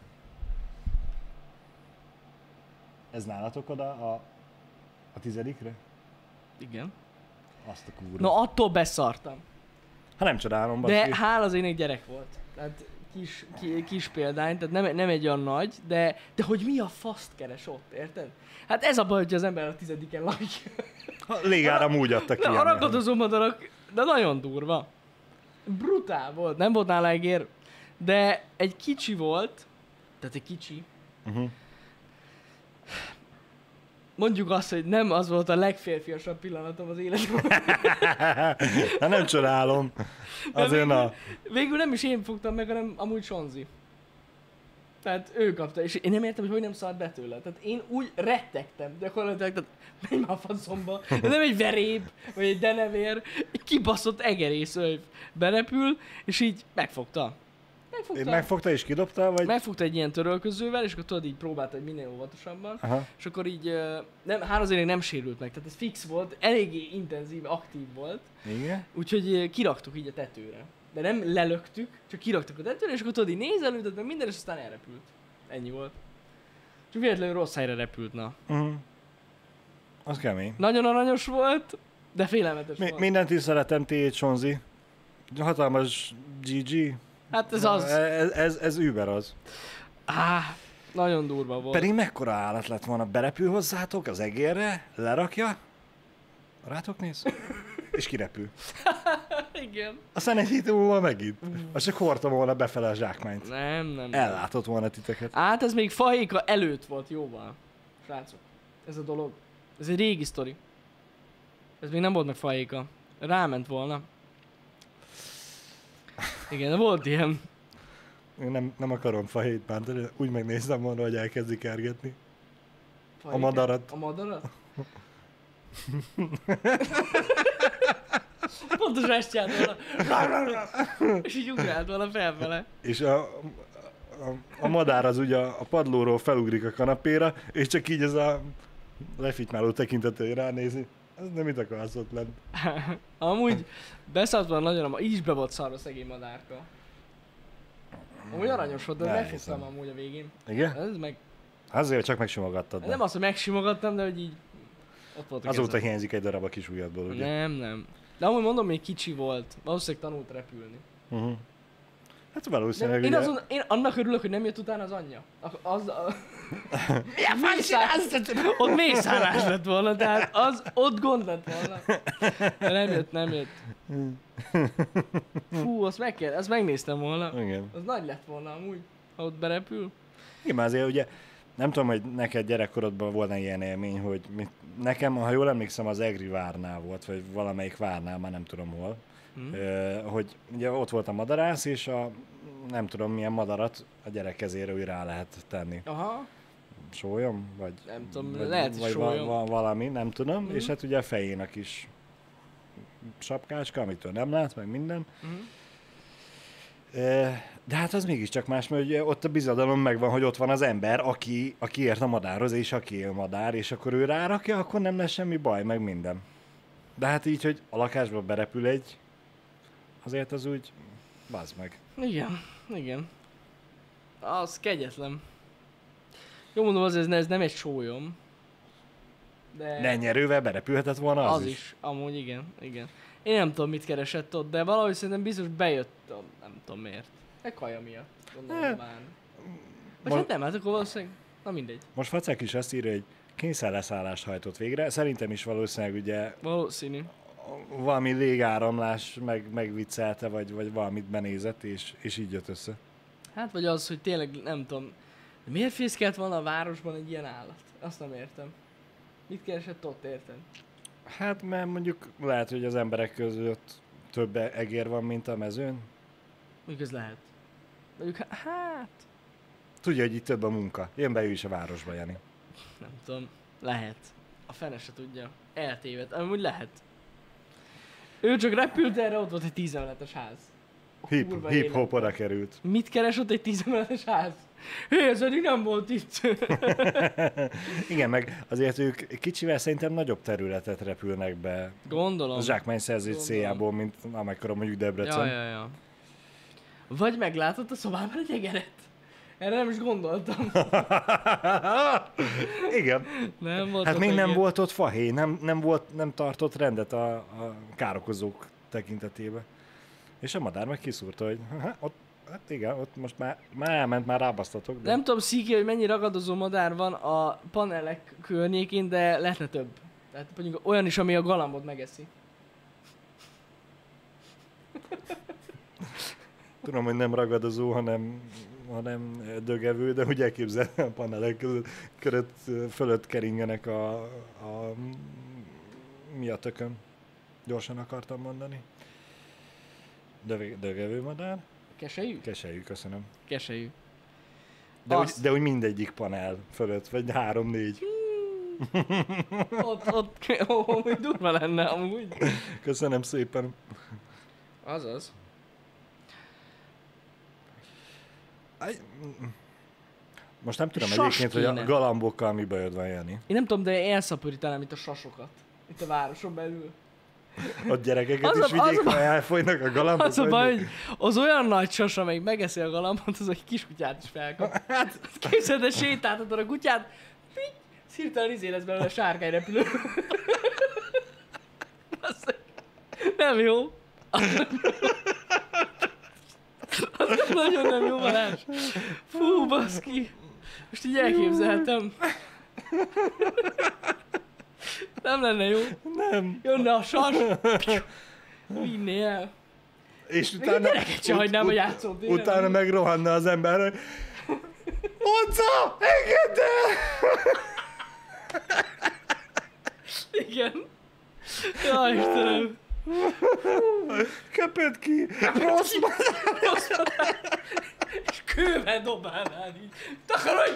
Ez nálatok oda a, a tizedikre? Igen. Azt a kúra. Na attól beszartam. Ha nem csodálom, De baszki. hála az ének gyerek volt. Tehát kis, ki, kis példány, tehát nem, nem egy olyan nagy, de, de hogy mi a faszt keres ott, érted? Hát ez a baj, hogy az ember a tizediken lakik. Ha légára úgy adtak ki. Na, a ennél. ragadozó madarak, de nagyon durva. Brutál volt, nem volt nála egér, de egy kicsi volt, tehát egy kicsi, Uh-huh. mondjuk azt, hogy nem az volt a legférfiasabb pillanatom az életemben. Hát nem csodálom. Azért végül, na. végül nem is én fogtam meg, hanem amúgy Sonzi. Tehát ő kapta, és én nem értem, hogy hogy nem szart be tőle. Tehát én úgy rettegtem, gyakorlatilag, tehát menj már a faszomba. Nem egy veréb, vagy egy denevér, egy kibaszott egerészőjv berepül, és így megfogta. Megfogta. Én megfogta és kidobta, vagy? Megfogta egy ilyen törölközővel, és akkor tudod, így próbálta, hogy minél óvatosabban. Aha. És akkor így, ö, nem, hát azért nem sérült meg, tehát ez fix volt, eléggé intenzív, aktív volt. Igen? Úgyhogy ö, kiraktuk így a tetőre. De nem lelöktük, csak kiraktuk a tetőre, és akkor tudod, így nézelődött meg minden, és aztán elrepült. Ennyi volt. Csak véletlenül rossz helyre repült, na. Uh-huh. Az kemény. Nagyon aranyos volt, de félelmetes Mi, volt. mindent is szeretem, té há Sonzi. Hatalmas gé gé. Hát ez az. Ez, ez, ez Uber az. Áh, nagyon durva volt. Pedig mekkora állat lett volna, berepül hozzátok az egérre, lerakja, rátok néz, és kirepül. Igen. Aztán egy hét múlva megint. Azt csak hordtam volna befele a zsákmányt. Nem, nem. nem. Ellátott volna titeket. Hát ez még fahéka előtt volt jóval. Srácok, ez a dolog. Ez egy régi sztori. Ez még nem volt meg fahéka. Ráment volna. Igen, volt ilyen. Én nem, nem akarom fahét bántani, úgy megnéztem volna, hogy elkezdi kergetni. Fahéka? A madarat. A madarat? Pontosan ezt csinált volna. És így ugrált volna felfele. És a, a, a madár az ugye a padlóról felugrik a kanapéra, és csak így ez a lefitymáló tekintetői ránézi. Ez nem mit akarsz ott lenni. Amúgy beszállt volna nagyon, a... így is be volt szarva szegény madárka. Amúgy aranyos volt, de Ne megfogtam hiszem. amúgy a végén. Igen? Ez meg... Azért csak megsimogattad. Nem az, hogy megsimogattam, de hogy így... Ott volt a Azóta kezem. hiányzik egy darab a kis ujjadból, ugye? Nem, nem. De amúgy mondom, még kicsi volt. Valószínűleg tanult repülni. Uh-huh. Hát De valószínűleg én, ugye... azon, én annak örülök, hogy nem jött utána az anyja. A- Az, a, Milyen mészár, ott mészárás lett volna, tehát az ott gond lett volna. De nem jött, nem jött. Fú, azt, meg kell, azt megnéztem volna. Igen. Az nagy lett volna amúgy, ha ott berepül. Igen, már azért ugye, nem tudom, hogy neked gyerekkorodban volna ilyen élmény, hogy mit, nekem, ha jól emlékszem, az Egri várnál volt, vagy valamelyik várnál, már nem tudom hol, Hm? ö, hogy ugye ott volt a madarász, és a nem tudom milyen madarat a gyerek kezére úgy rá lehet tenni. Aha, Sólyom? Vagy, nem tudom, vagy, lehet, hogy vagy sólyom. va, va, valami, nem tudom, Mhm. és hát ugye a fejének is sapkácska, amitől nem lát, meg minden. Mhm. Ö, De hát az mégiscsak más, mert ugye ott a bizadalom megvan, hogy ott van az ember, aki, aki ért a madárhoz, és aki él madár, és akkor ő rárakja, akkor nem lesz semmi baj, meg minden. De hát így, hogy a lakásba berepül egy, azért az úgy, bazd meg. Igen, igen. Az kegyetlen. Jó mondom, az ez, ez nem egy sólyom. De Ne nyerővel berepülhetett volna az, az is. is. Amúgy igen, igen. Én nem tudom, mit keresett ott, de valahogy szerintem biztos bejött, a, nem tudom miért. Egy kaja miatt, gondolom Eh, már. Vagy mo- hát nem, hát akkor valószínűleg, na mindegy. Most Facek is azt írja, hogy kényszerleszállást hajtott végre. Szerintem is valószínűleg ugye Valószínű. valami légáramlás meg, megviccelte, vagy, vagy valamit benézett, és, és így jött össze. Hát vagy az, hogy tényleg nem tudom. De miért fészkelt volna a városban egy ilyen állat? Azt nem értem. Mit keresett ott, érted? Hát, mert mondjuk lehet, hogy az emberek között több e- egér van, mint a mezőn. Mondjuk ez lehet. Mondjuk, hát, Tudja, hogy itt több a munka. Jön be ő is a városba, Jani. nem tudom. Lehet. A fene se tudja. Eltévedt. Amúgy lehet. Ő csak repült erre, ott volt egy tízemeletes ház. Hip, Kurva hip élet. hop oda került. Mit keres ott egy tízemeletes ház? Hé, ez eddig nem volt itt. Igen, meg azért ők kicsivel szerintem nagyobb területet repülnek be Gondolom. a zsákmányszerzés Gondolom. céljából, mint amekkora mondjuk Debrecen. Ja, ja, ja. Vagy meglátott a szobában egy egeret. Erre nem is gondoltam. Igen. Nem volt Hát ott még nem eger. volt ott fahéj, nem, nem, volt, nem tartott rendet a, a károkozók tekintetében. És a madár meg kiszúrta, hogy ha, ott, hát igen, ott most már, már elment, már rábasztatok. De... Nem tudom, Sziki, hogy mennyi ragadozó madár van a panelek környékén, de lehetne több. Tehát mondjuk olyan is, ami a galambot megeszi. Tudom, hogy nem ragadozó, hanem hanem dögevő, de úgy elképzelni a panelek között, körött, fölött keringenek a, a... mi a tökön? Gyorsan akartam mondani. Döve, dögevő madár. Keselyű? Keselyű, köszönöm. Keselyű. De úgy, de úgy mindegyik panel fölött, vagy három-négy. ott, ott, ó, ó, durva lenne amúgy. Köszönöm szépen. Azaz. Most nem tudom Sas egyébként, hogy kéne. a galambokkal mi bajod van, Jani. Én nem tudom, de elszaporítanám itt a sasokat. Itt a városon belül. A gyerekeket Az is a- vigyék, az a- ha elfolynak a galambok. Az a vagy baj, mi? hogy az olyan nagy sas, amelyik megeszi a galambot, az egy kiskutyát is felkap. Hát, képzeld, de sétáltatod a kutyát, pitty, hirtelen izé lesz belőle sárkányrepülő. Basszeg. Nem jó. Az nagyon nem jó, Balázs. Fú, baszki. Most így elképzeltem. Nem lenne jó. Nem. Jönne a sas. Vinné el. És Még utána... a gyereket se hagynám a játszótéren. Utána megrohanna az ember, hogy... Monca, engedd el! Igen. Jaj, Istenem. Köpöd ki! Rossz És kővel dobálnál így. Takarodj!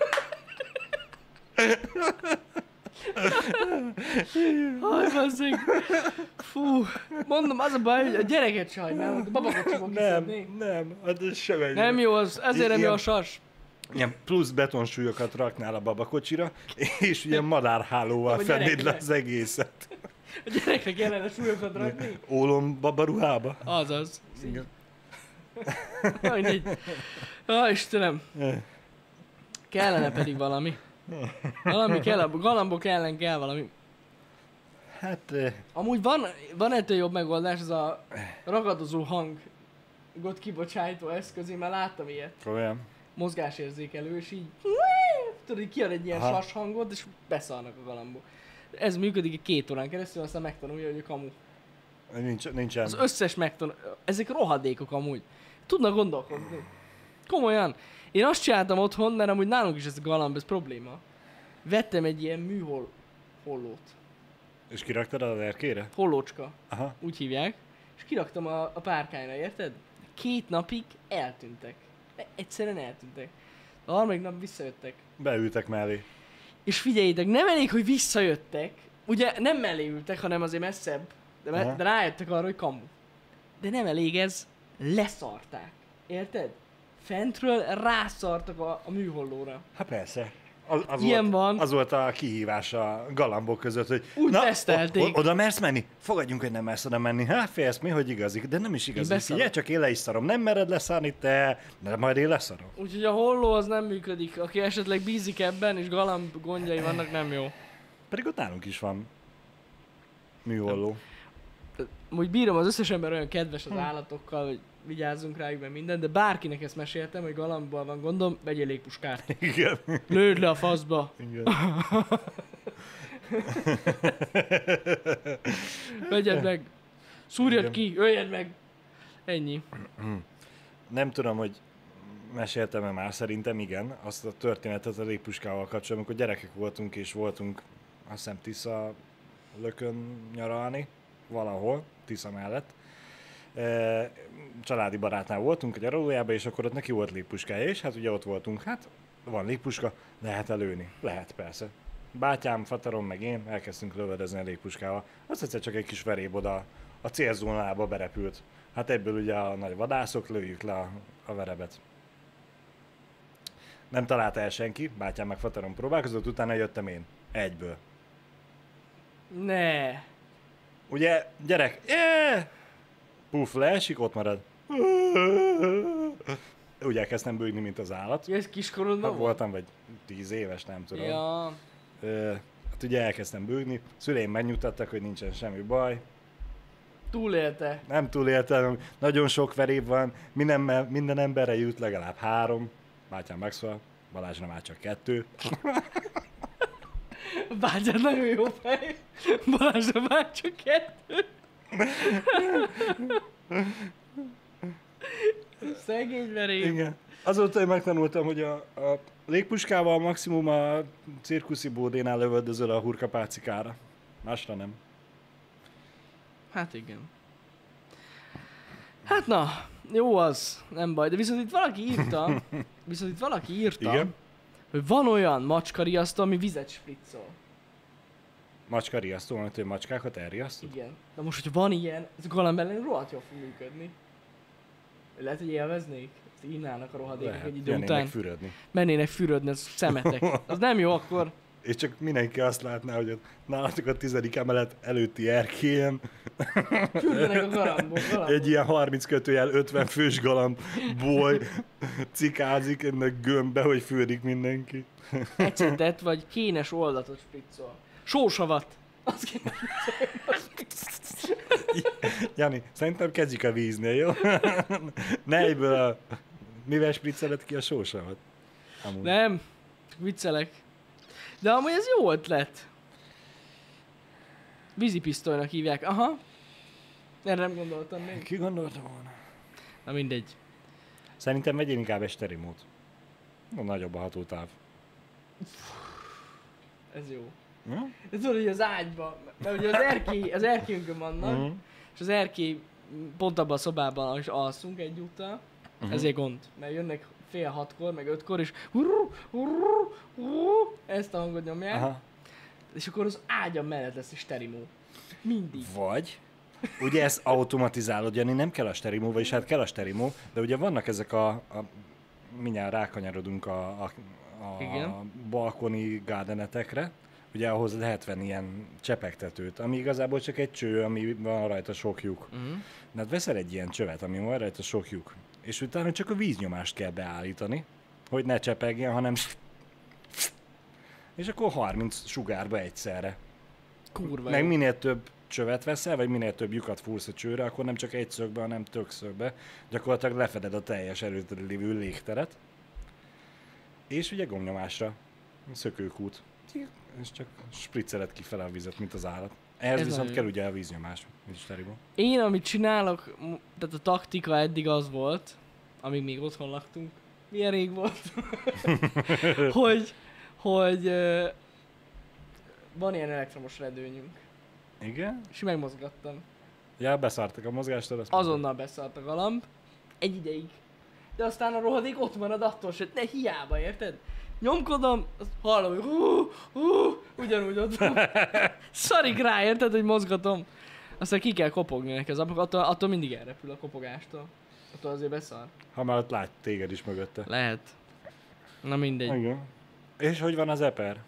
Haj, bazzeg. Fú. Mondom, az a baj, hogy a gyereket se hagynám, a babakocsiból Nem, kiszednék. nem, hát ez sem egy. Nem jó az, ezért nem jó a Ilyen- sas. Ilyen plusz betonsúlyokat raknál a babakocsira, és ilyen madárhálóval A fennéd le gyereknek. az egészet. A gyereknek kellene súlyokat rakni. Ólom babaruhába. Azaz. Igen. Jaj, négy. Jaj, Istenem. Eh. Kellene pedig valami. Valami kell, a galambok ellen kell valami. Hát, eh, Amúgy van, van ettől jobb megoldás, ez a ragadozó hangot kibocsátó eszköz, én már láttam ilyet. olyan. Mozgásérzékelő, és így tudod, így kiad egy ilyen Aha. sas hangot, és beszarnak a galambok. Ez működik egy két órán keresztül, aztán megtanulja, hogy a kamu. Nincs, nincsen. Az összes megtanul... Ezek rohadékok amúgy. Tudnak gondolkodni. Komolyan. Én azt csináltam otthon, mert amúgy nálunk is ez a galamb, ez probléma. Vettem egy ilyen műhol... hollót. És kiraktad az erkére? Hollócska. Aha. Úgy hívják. És kiraktam a, a párkányra, érted? Két napig eltűntek. E- Egyszerűen eltűntek. A harmadik nap visszajöttek. Beültek mellé. És figyeljétek, nem elég, hogy visszajöttek. Ugye nem mellé ültek, hanem azért messzebb. De, me- Aha. de rájöttek arra, hogy kamu. De nem elég ez, leszarták. Érted? Fentről rászartak a, a műhollóra. Hát persze. Az, az, Ilyen volt, van. az volt a kihívás a galambok között, hogy Úgy na, tesztelték. o- o- oda mersz menni? Fogadjunk, hogy nem mersz oda menni. Hát félsz mi, hogy igazik, de nem is igazik. beszarok. Figyelj, csak én le is szarom. Nem mered leszárni te, de majd én leszarom. Úgyhogy a holló az nem működik. Aki esetleg bízik ebben, és galamb gondjai vannak, nem jó. Pedig ott nálunk is van műholló. Úgy bírom, az összes ember olyan kedves az állatokkal, hogy vigyázzunk rájuk, meg minden, de bárkinek ezt meséltem, hogy galambból van gondom, vegyél légpuskát. Igen. Lőd le a faszba. Igen. Vegyed meg. Szúrjad Igen. ki, öljed meg. Ennyi. Nem tudom, hogy meséltem-e már, szerintem igen, azt a történetet a légpuskával kapcsolatban, amikor gyerekek voltunk és voltunk, azt hiszem Tisza lökön nyaralni, valahol, Tisza mellett. E, családi barátnál voltunk a nyaralójában, és akkor ott neki volt légpuskája, és hát ugye ott voltunk, hát van légpuska, lehet előni, lehet persze. Bátyám, fatarom meg én elkezdtünk lövöldözni a légpuskával, azt egyszer csak egy kis veréb oda a célzónába berepült. Hát ebből ugye a nagy vadászok, lőjük le a, a verebet. Nem találta el senki, bátyám meg fatarom próbálkozott, utána jöttem én. Egyből. Ne. Ugye, gyerek, éh! Puff, leesik, ott marad. Úgy elkezdtem bőgni, mint az állat. Ja, ez kiskorodban Hát volt? voltam, vagy tíz éves, nem tudom. Ja. Ö, hát ugye elkezdtem bőgni, szüleim megnyugtattak, hogy nincsen semmi baj. Túlélte. Nem túléltem, nagyon sok veréb van, minden, minden emberre jut legalább három. Bátyám megszól, Balázsra már csak kettő. Bátyád nagyon jó fej. Balázsra már csak kettő. Szegény veréb. Igen. Azóta én megtanultam, hogy a, a légpuskával maximum a cirkuszi bódénál lövöldözöl a hurkapácikára. Másra nem. Hát igen. Hát na, jó az, nem baj. De viszont itt valaki írta, viszont itt valaki írta, Igen? hogy van olyan macskariasztó, ami vizet spriccol. Macska riasztó, amit ő macskákat elriasztod? Igen. De most, hogyha van ilyen, ez a galamb ellen rohadt jól fog működni. Lehet, hogy élveznék. Ezt írnának a rohadékok Lehet, egy idő mennének után. fürödni. Mennének fürödni, az szemetek. Az nem jó akkor. És csak mindenki azt látná, hogy ott nálatok a tizedik emelet előtti erkélyen Fürdenek a galambok. galambok. egy ilyen harminc kötőjel ötven fős galamb boly cikázik ennek gömbbe, hogy fürdik mindenki. Ecetet vagy kénes oldatot spriccol. Sósavat. Az kéne. Jani, szerintem kezdjük a víznél, jó? Ne egyből a... Mivel spricceled ki a sósavat? Amúgy. Nem, csak viccelek. De amúgy ez jó ötlet. Vízipisztolynak hívják, aha. Erre nem gondoltam még. Ki gondolta volna? Na mindegy. Szerintem vegyél inkább egy sterimót. No, nagyobb a hatótáv. Ez jó. Hm? Ez tudod, hogy az ágyba, mert ugye az erkély, az erkélyünkön vannak, Mhm. és az erkély pont abban a szobában is alszunk egyúttal, Mhm. ezért gond. Mert jönnek fél hatkor, meg ötkor, és hurru, hurru, hurru, ezt a hangot nyomják, Aha. és akkor az ágyam mellett lesz egy sterimó. Mindig. Vagy, ugye ezt automatizálod, Jani, nem kell a sterimó, vagyis hát kell a sterimó, de ugye vannak ezek a, a mindjárt rákanyarodunk a, a, a Igen. balkoni gardenetekre, ugye ahhoz lehet venni ilyen csepegtetőt, ami igazából csak egy cső, ami van rajta sok lyuk. Uh-huh. De hát veszel egy ilyen csövet, ami van rajta sok lyuk, és utána csak a víznyomást kell beállítani, hogy ne csepegjen, hanem és akkor harminc sugárba egyszerre. Kurva Meg jó. minél több csövet veszel, vagy minél több lyukat fúrsz a csőre, akkor nem csak egy szögbe, hanem tök szögbe. Gyakorlatilag lefeded a teljes előtted lévő légteret. És ugye gomnyomásra, szökőkút. És csak spricceled kifele a vizet, mint az állat. Ehhez Ez viszont nagyon kell jó. ugye a víznyomás, mint steriból. Én, amit csinálok, m- tehát a taktika eddig az volt, amíg még otthon laktunk, milyen rég volt, hogy, hogy ö, van ilyen elektromos redőnyünk, Igen? és megmozgattam. Ja, beszártak a mozgástól, azt Azonnal beszart a galamb, egy ideig. De aztán a rohadék ott marad attól, hogy ne hiába, érted? Nyomkodom, azt hallom, hogy hú, hú, ugyanúgy ott van. Szarik rá, érted, hogy mozgatom. Aztán ki kell kopogni neki az apok, attól, attól mindig elrepül a kopogástól. Attól azért beszar. Ha már ott lát téged is mögötte. Lehet. Na mindegy. Igen. És hogy van az eper?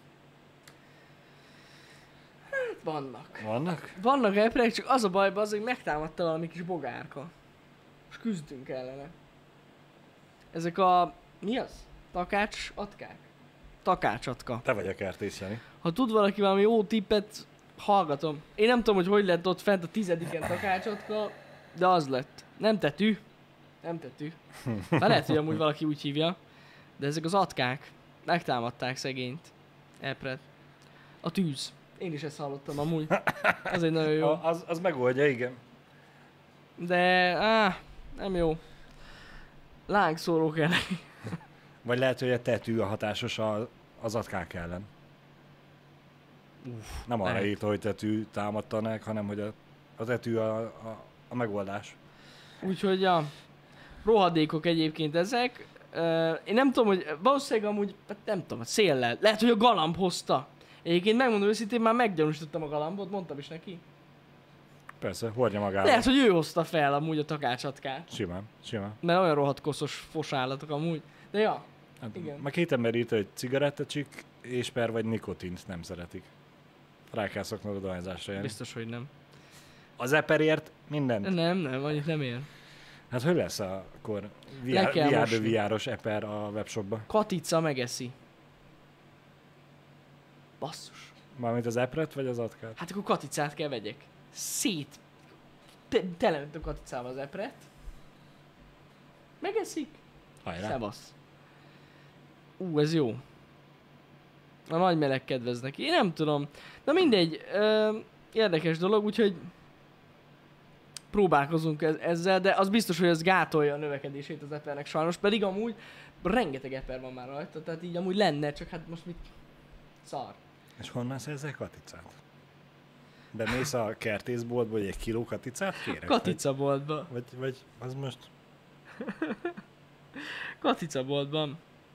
Vannak. Vannak? Vannak eprek, csak az a baj, az, hogy megtámadta valami kis bogárka. És küzdünk ellene. Ezek a... Mi az? Takács atkák? Takácsatka. Te vagy a kertész, Jani. Ha tud valaki valami jó tippet, hallgatom. Én nem tudom, hogy hogy lett ott fent a tizediken takácsatka, de az lett. Nem tetű. Nem tetű. Hát lehet, hogy amúgy valaki úgy hívja. De ezek az atkák megtámadták szegényt. Epret. A tűz. Én is ezt hallottam amúgy. Az egy nagyon jó. A, az, az megoldja, igen. De, áh, nem jó. Lángszóró kell neki. Vagy lehet, hogy a tetű a hatásos a, az atkák ellen. Uff, Nem arra lehet. írta, hogy tetű támadtanak, hanem hogy a, a tetű a, a, a megoldás. Úgyhogy a rohadékok egyébként ezek. Uh, én nem tudom, hogy valószínűleg amúgy, hát nem tudom, széllel. Lehet, hogy a galamb hozta. Egyébként megmondom őszintén, már meggyanúsítottam a galambot, mondtam is neki. Persze, hordja magával. Lehet, hogy ő hozta fel amúgy a takácsatkát. Simán, simán. Mert olyan rohadt koszos fosállatok amúgy. De ja, Hát, Igen. meg két ember írta, hogy cigarettacsik, ésper vagy nikotint nem szeretik. Rá kell szoknod a dohányzásra, Jani. biztos, hogy nem. Az eperért mindent. Nem, nem, annyit nem ér. Hát hogy lesz akkor Le kell vé mosni. er vé er-os eper a webshopba? Katica megeszi. Basszus. Mármint az epret vagy az atkát? Hát akkor katicát kell vegyek. Szét. Te, teleöntöm katicával az epret. Megeszik. Hajrá. Szevasz. Ú, ez jó. A nagy meleg kedvez neki. Én nem tudom. Na mindegy. Ö, érdekes dolog, úgyhogy próbálkozunk ez- ezzel, de az biztos, hogy ez gátolja a növekedését az epernek sajnos, pedig amúgy rengeteg eper van már rajta, tehát így amúgy lenne, csak hát most mit szar. És honnan szerzel katicát? Bemész a kertészboltba, hogy egy kiló katicát kérek? Katica boltba. Vagy, vagy az most... Katica boltban.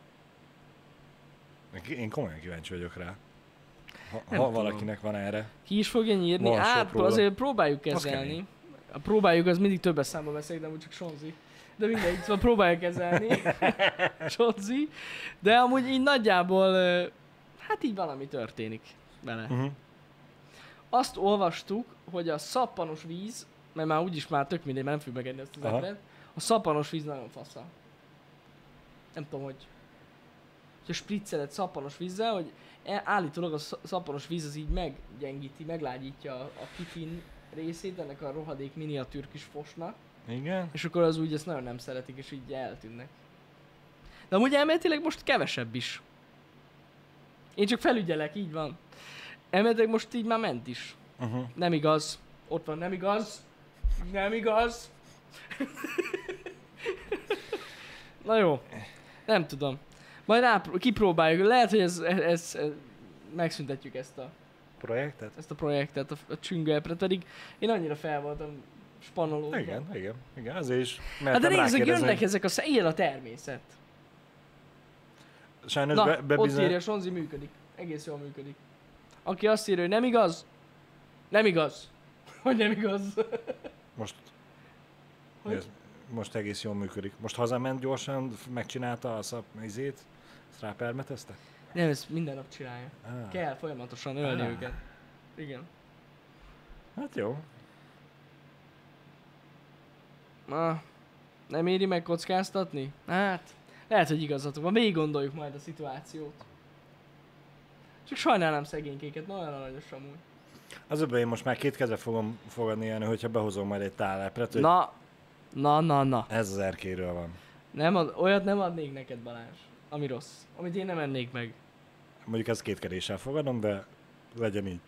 Én komolyan kíváncsi vagyok rá. Ha, Nem ha tudom. valakinek van erre. Ki is fogja nyírni? Van Hát sok róla. azért próbáljuk Az kezelni. kemény. A próbáljuk, az mindig többes számba beszél, de amúgy csak Sonzi. De mindegy, szóval próbáljuk kezelni. Sonzi. De amúgy így nagyjából, ö, hát így valami történik vele. Uh-huh. Azt olvastuk, hogy a szappanos víz, mert már úgyis már tök mindegy, mert nem fogjuk megenni ezt az Aha. epret, a szappanos víz nagyon fasza. Nem tudom, hogy... Hogyha spricceled szappanos vízzel, hogy e- állítólag a sz- szappanos víz az így meggyengíti, meglágyítja a, a kitin részét ennek a rohadék miniatűr kis fosnak, Igen? és akkor az úgy ezt nagyon nem szeretik, és így eltűnnek. De amúgy elméletileg most kevesebb is. Én csak felügyelek, így van. Elméletileg most így már ment is. Uh-huh. Nem igaz. Ott van, nem igaz. Nem igaz. Na jó. Nem tudom. Majd rá, kipróbáljuk. Lehet, hogy ez, ez, ez, ez megszüntetjük ezt a, Projektet? ezt a projektet, a, a csüngőepret, pedig én annyira fel voltam spanolódva. Igen, igen, igen, azért is Hát de mertem nézzük, rákérdezni, jönnek hogy ezek a sz- ilyen a természet. sajnos Na, be, ott bebizony... írja, Sonzi működik. Egész jól működik. Aki azt írja, hogy nem igaz, nem igaz. Hogy nem igaz. Most... Hogy? Ez, most egész jól működik. Most hazament gyorsan, megcsinálta a szap, izét, ezt rápermetezte? Nem, ezt minden nap csinálja. Ah. Kell folyamatosan ölni Ah. őket. Igen. Hát jó. Na, nem éri meg kockáztatni? Hát, lehet, hogy igazatok van. Végig gondoljuk majd a szituációt. Csak sajnálom szegénykéket, nagyon aranyos amúgy. Az öbben én most már két kezre fogom fogadni ilyenő, hogyha behozom majd egy tálepret, hogy Na, na, na, na. ez az erkéről van. Nem ad, olyat nem adnék neked, Balázs. Ami rossz. Amit én nem ennék meg. Mondjuk ezt két keréssel fogadom, de legyen így.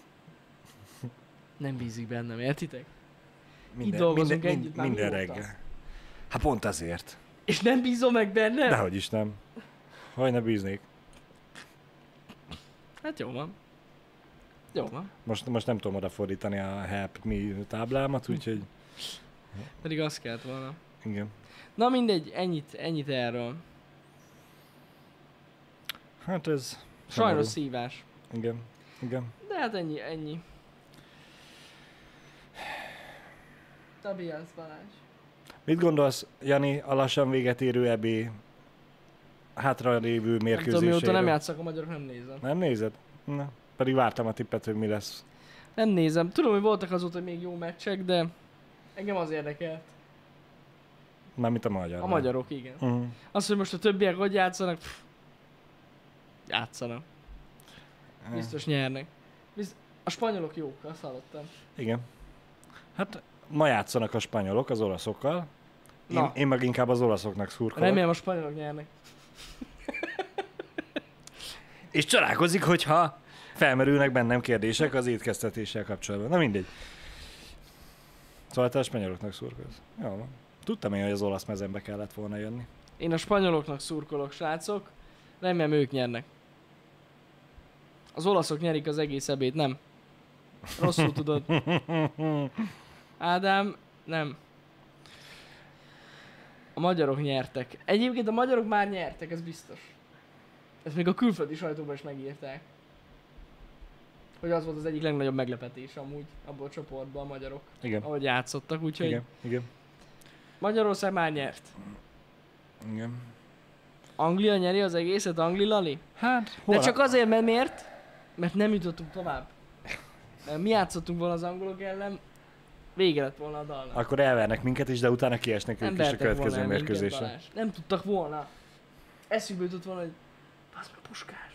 Nem bízik bennem, értitek? Minden, dolgozunk minden, együtt már minden mióta? reggel. Hát pont azért. És nem bízom meg benne? Dehogy is nem. Hogy ne bíznék. Hát jó van. Jó van. Most, most nem tudom odafordítani a Help Me táblámat, úgyhogy Pedig azt kellett volna. igen. Na mindegy, ennyit, ennyit erről. Hát ez... Sajnos szomorú. szívás. Igen, igen. De hát ennyi, ennyi. Tabiasz Balázs. Mit gondolsz, Jani, a lassan véget érő E B hátra lévő Nem tudom, mérkőzéséről? mióta nem játszak a magyarok, nem nézem. Nem nézed? Na, pedig vártam a tippet, hogy mi lesz. Nem nézem. Tudom, hogy voltak azóta még jó meccsek, de engem az érdekelt. Mármint a magyar. A magyarok, igen. Uh-huh. Az, hogy most a többiek hogy játszanak, pff, játszanak. Biztos nyernek. Biz- a spanyolok jók, azt hallottam. Igen. Hát ma játszanak a spanyolok az olaszokkal. Én, Na. én meg inkább az olaszoknak szurkolok. Remélem a spanyolok nyernek. És csodálkozik, hogyha felmerülnek bennem kérdések az étkeztetéssel kapcsolatban. Na mindegy. Szóval te a spanyoloknak szurkolsz. Jó van. Tudtam én, hogy az olasz mezembe kellett volna jönni. Én a spanyoloknak szurkolok, srácok. Remélem ők nyernek. Az olaszok nyerik az egész ebét, nem. Rosszul tudod. Ádám, nem. A magyarok nyertek. Egyébként a magyarok már nyertek, ez biztos. Ezt még a külföldi sajtóban is megírták. Hogy az volt az egyik legnagyobb meglepetés amúgy abból a csoportban a magyarok, Igen. ahogy játszottak, úgyhogy Igen. Igen. Magyarország már nyert. Igen. Anglia nyeri az egészet, Angli Lali? Hát, De csak azért, mert miért? Mert nem jutottunk tovább. Mert mi játszottunk volna az angolok ellen, vége lett volna a dalnak. Akkor elvernek minket is, de utána kiesnek Nem ők is a vertek volna következő el minket, mérkőzésre. Balázs. Nem tudtak volna. Eszükbe jutott volna, hogy bazd meg Puskás.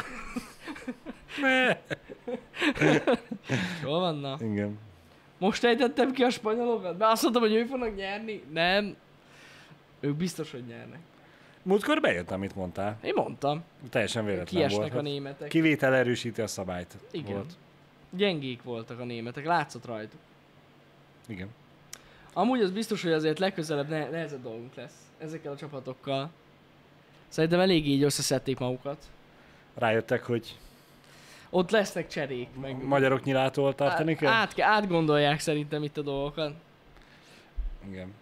Jól van, na. Igen. Most ejtettem ki a spanyolokat? Mert azt mondtam, hogy ők fognak nyerni. Nem. Ők biztos, hogy nyernek. Múltkor bejött, amit mondtál. Én mondtam. Teljesen véletlen volt. Kiesnek a Hát németek. kivétel erősíti a szabályt. Igen. Volt. Gyengék voltak a németek. Látszott rajtuk. Igen. Amúgy az biztos, hogy azért legközelebb ne- nehezebb dolgunk lesz ezekkel a csapatokkal. Szerintem elég így összeszedték magukat. Rájöttek, hogy Ott lesznek cserék, meg... magyarok nyilától tartani át, kell? át, átgondolják szerintem itt a dolgokat. Igen.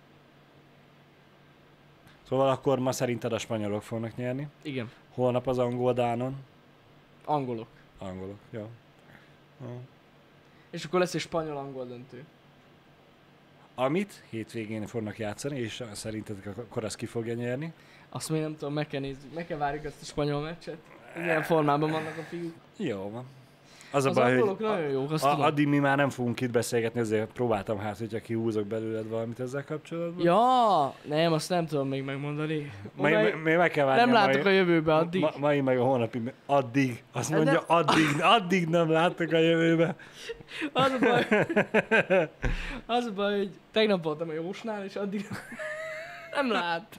Szóval akkor ma szerinted a spanyolok fognak nyerni? Igen. Holnap az angol dánon? Angolok. Angolok, jó. jó. És akkor lesz egy spanyol-angol döntő. Amit hétvégén fognak játszani, és szerinted akkor az ki fogja nyerni? Azt még nem tudom, meg kell nézzük, meg kell várjuk ezt a spanyol meccset. Milyen formában vannak a fiúk. Jó van. Az, Az a baj, angolok hogy nagyon jók, azt a, tudom. addig mi már nem fogunk itt beszélgetni, ezért próbáltam hát, hogyha kihúzok belőled valamit ezzel kapcsolatban. Ja, nem, azt nem tudom még megmondani. Mai, Odáig- mai, meg kell várni nem a látok a mai, jövőbe addig. ma, mai meg a holnapi, addig. Azt De mondja, nem- addig, addig nem látok a jövőbe. Az a baj, az a baj, hogy tegnap voltam a Jósnál, és addig nem lát.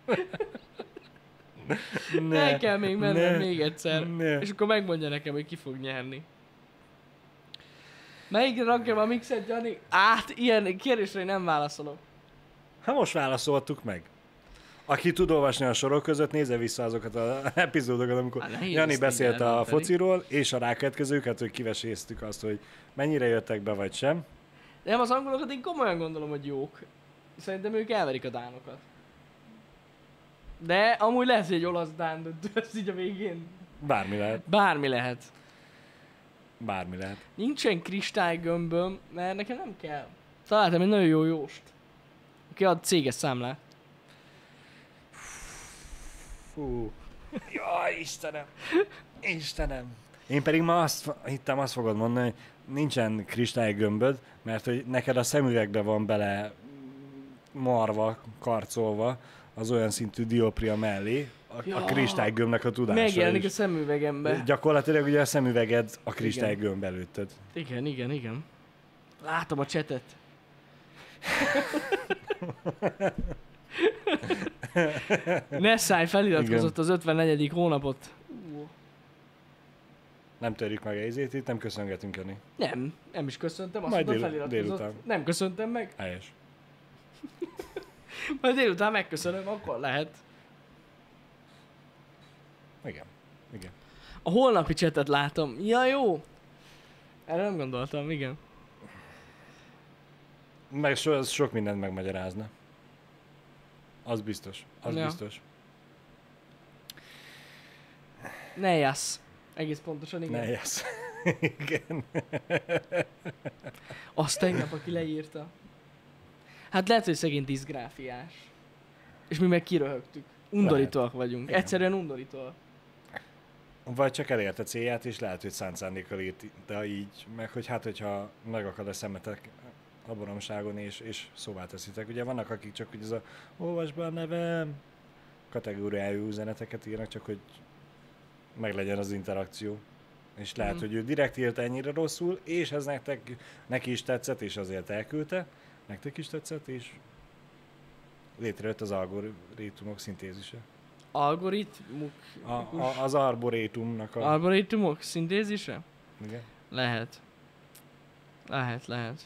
Ne, El kell még mennem ne, még egyszer. ne. És akkor megmondja nekem, hogy ki fog nyerni. Melyikre rakjam a mixet, Jani? Át, ilyen kérdésre én nem válaszolok. Hát most válaszoltuk meg. Aki tud olvasni a sorok között, nézze vissza azokat az epizódokat, amikor Hát nehéz Jani ezt beszélt így a elrontani. fociról, és a rákövetkezőket, hogy kiveséztük azt, hogy mennyire jöttek be, vagy sem. Nem, az angolokat én komolyan gondolom, hogy jók. Szerintem ők elverik a dánokat. De amúgy lesz egy olasz-dán döntő, ez így a végén. Bármi lehet. Bármi lehet. Bármi lehet. Nincsen kristálygömböm, mert nekem nem kell. Találtam egy nagyon jó jóst. Aki ad céges számlát. Fú. Jaj, Istenem. Istenem. Én pedig ma azt hittem, azt fogod mondani, hogy nincsen kristálygömböd, mert hogy neked a szemüvegbe van bele marva, karcolva az olyan szintű dioptria mellé, a, Ja. a kristálygömbnek a tudása Megjelenik a is. szemüvegembe. Gyakorlatilag ugye a szemüveged a kristálygömb előtted. Igen, igen, igen. Látom a csetet. Nessai feliratkozott Igen. az ötvennegyedik hónapot. Nem törjük meg a izét, itt nem köszöngetünk, Jani. Nem, nem is köszöntem, azt Majd mondta dél- feliratkozott. délután. Nem köszöntem meg. Helyes. Majd délután megköszönöm, akkor lehet. Igen. Igen. A holnapi csetet látom. Ja, jó. Erre nem gondoltam, igen. Meg so, az sok mindent megmagyarázna. Az biztos. Az Ja. biztos. Ne jassz. Egész pontosan, igen. Ne jössz. Igen. Azt tegnap, aki leírta. Hát lehet, hogy szegény diszgráfiás. És mi meg kiröhögtük. Undorítóak vagyunk. Igen. Egyszerűen undorítóak. Vagy csak elérte célját, és lehet, hogy szánt szándékkal írt, de így, meg hogy hát, hogyha megakad a szemetek a baromságon, és, és szóvá teszitek. Ugye vannak, akik csak hogy ez a olvasd be a nevem kategóriájú üzeneteket írnak, csak hogy meglegyen az interakció. És lehet, Mhm. hogy ő direkt írt ennyire rosszul, és ez nektek, neki is tetszett, és azért elküldte, nektek is tetszett, és létrejött az algoritmok szintézise. Algoritmuk. A, a, az arborétumnak a... Algoritmuk szintézise? Igen. Lehet. Lehet, lehet.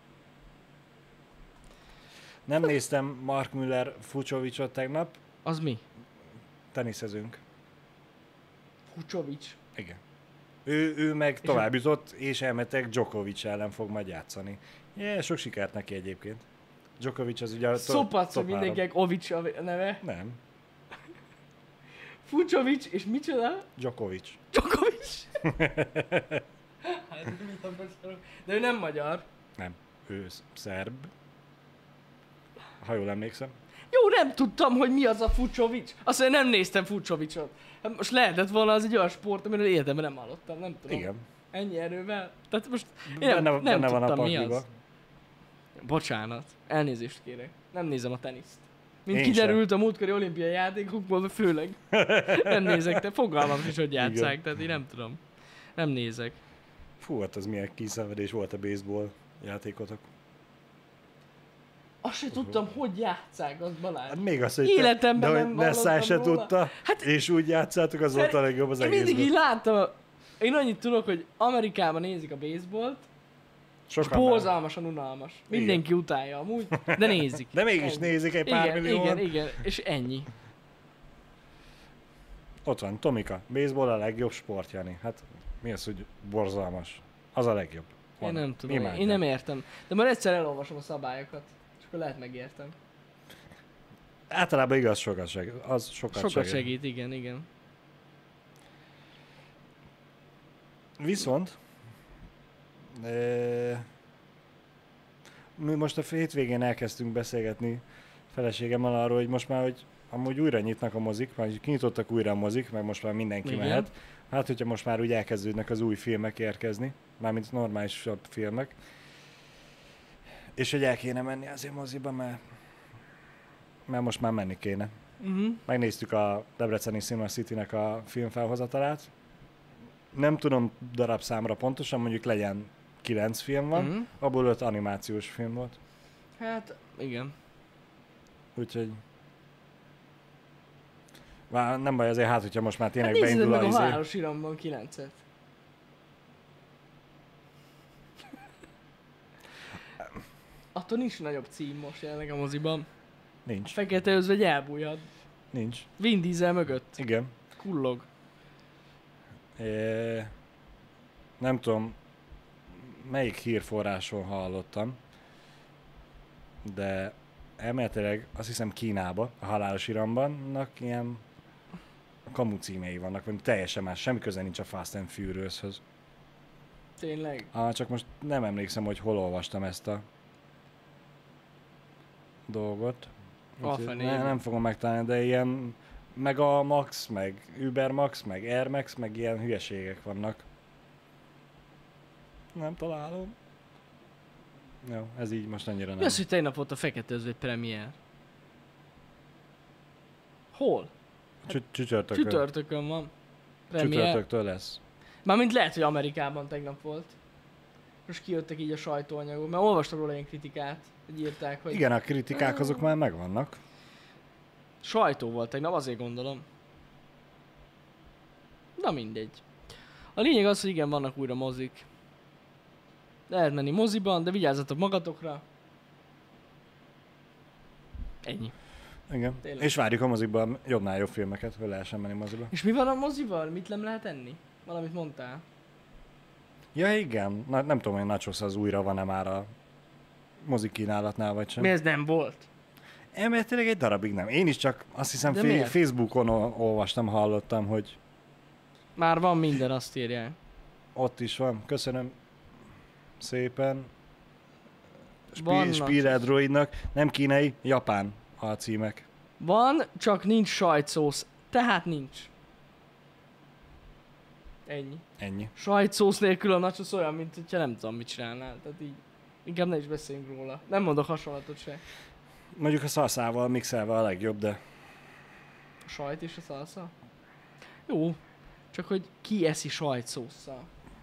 Nem néztem Mark Müller Fucsovicsot tegnap, Az mi? teniszezünk. Fucsovics. Igen. Ő, ő meg tovább jutott, és elmetek Djokovic ellen fog majd játszani. Yeah, sok sikert neki egyébként. Djokovic az ugye a to- Szopac, hogy top három. mindenkinek Ovics a neve. Nem, Fucsovics és micsoda? Djokovic. Djokovic. Hát, mi a beszarok? De ő nem magyar. Nem, ő sz- szerb. Ha jól emlékszem. Jó, nem tudtam, hogy mi az a Fucsovics. Azt mondja, nem néztem Fucsovicsot. Hát most lehetett volna az egy olyan sport, amiről életemben nem hallottam, nem tudom. Igen. Ennyi erővel. Tehát most én nem, Benne, nem benne van a tudtam, mi pakliba. az. Bocsánat. Elnézést kérek. Nem nézem a teniszt. Mint Én kiderült a múltkori olimpiai játékokból, főleg. Nem nézek, de fogalmam is, hogy játsszák, Igen. tehát én nem tudom. Nem nézek. Fú, hát az milyen kiszenvedés volt a baseball játékotok. Azt se tudtam, hogy játsszák, az Balázs. Hát még az, hogy Életemben te, nem de hogy Nessai hallottam se róla. tudta, Hát- és úgy játszátok, az volt a legjobb az Én mindig így egészben. láttam, én annyit tudok, hogy Amerikában nézik a baseballt, Sokan borzalmasan unalmas. Mindenki igen. utálja amúgy, de nézik. De mégis ennyi. Nézik egy pár igen, millió. Igen, igen, és ennyi. Ott van, Tomika. Baseball a legjobb sport, Jani. Hát mi az, hogy borzalmas? Az a legjobb. Van. Én nem tudom, Imádján. Én nem értem. De majd egyszer elolvasom a szabályokat, és akkor lehet megértem. Általában igaz, sokat segít. Az sokat, sokat segít. segít, igen, igen. Viszont e, mi most a hétvégén elkezdtünk beszélgetni feleségemmel arról, hogy most már, hogy amúgy újra nyitnak a mozik, vagy kinyitottak újra a mozik, meg most már mindenki igen. mehet. Hát, hogyha most már úgy elkezdődnek az új filmek érkezni, mármint normálisabb filmek, és hogy el kéne menni azért moziba, mert, mert most már menni kéne. Uh-huh. Megnéztük a Debreceni Cinema City-nek a filmfelhozatalát. Nem tudom darabszámra pontosan, mondjuk legyen kilenc film van, uh-huh. abból öt animációs film volt. Hát, igen. Úgyhogy... Már nem baj azért, hát hogyha most már tényleg hát beindul a izé... Hát a halálos iramban kilencet. Attól nincs nagyobb cím most jelenleg a moziban. Nincs. A fekete özvegy elbújhat. Nincs. Vin Diesel mögött. Igen. Kullog. É... Nem tudom, melyik hírforráson hallottam, de elméletileg azt hiszem Kínába, a halálos irambannak ilyen kamu címei vannak, vagy teljesen más, semmi köze nincs a Fast and Furious-höz. Tényleg? Ah, csak most nem emlékszem, hogy hol olvastam ezt a dolgot. Ne, nem fogom megtalálni, de ilyen Mega Max, meg Uber Max, meg Air Max, meg ilyen hülyeségek vannak. Nem találom. Jó, ez így most annyira nem. Mi az, hogy tegnap volt a Fekete Özvegy premier? Hol? Hát, csütörtökön. Csütörtökön van. Premier. Csütörtöktől lesz. Mármint lehet, hogy Amerikában tegnap volt. Most kijöttek így a sajtóanyagok, mert olvastam róla ilyen kritikát, hogy írták, hogy... Igen, a kritikák azok már megvannak. Sajtó volt tegnap, azért gondolom. Na mindegy. A lényeg az, hogy igen, vannak újra mozik. Lehet menni moziban, de vigyázzatok magatokra. Ennyi. Igen. Tényleg. És várjuk a mozikban jobbnál jobb filmeket, hogy lehessen menni moziba. És mi van a mozival? Mit nem lehet enni? Valamit mondtál? Ja igen, Na, nem tudom, hogy nachos az újra van-e már a mozik kínálatnál, vagy sem. Mi ez nem volt? Elméletileg egy darabig nem. Én is csak azt hiszem f- Facebookon olvastam, hallottam, hogy... Már van minden, azt írják. Ott is van. Köszönöm szépen. Sp- Spirit Droidnak. Nem kínai, japán alcímek. Van, csak nincs sajtszósz. Tehát nincs. Ennyi. Ennyi. Sajtszósz nélkül a nachos olyan, mint hogyha nem tudom, mit csinálnál. Tehát így, inkább ne is beszéljünk róla. Nem mondok hasonlatot se. Mondjuk a szalszával mixelve a legjobb, de... A sajt és a szalsza? Jó. Csak hogy ki eszi sajtszósszal.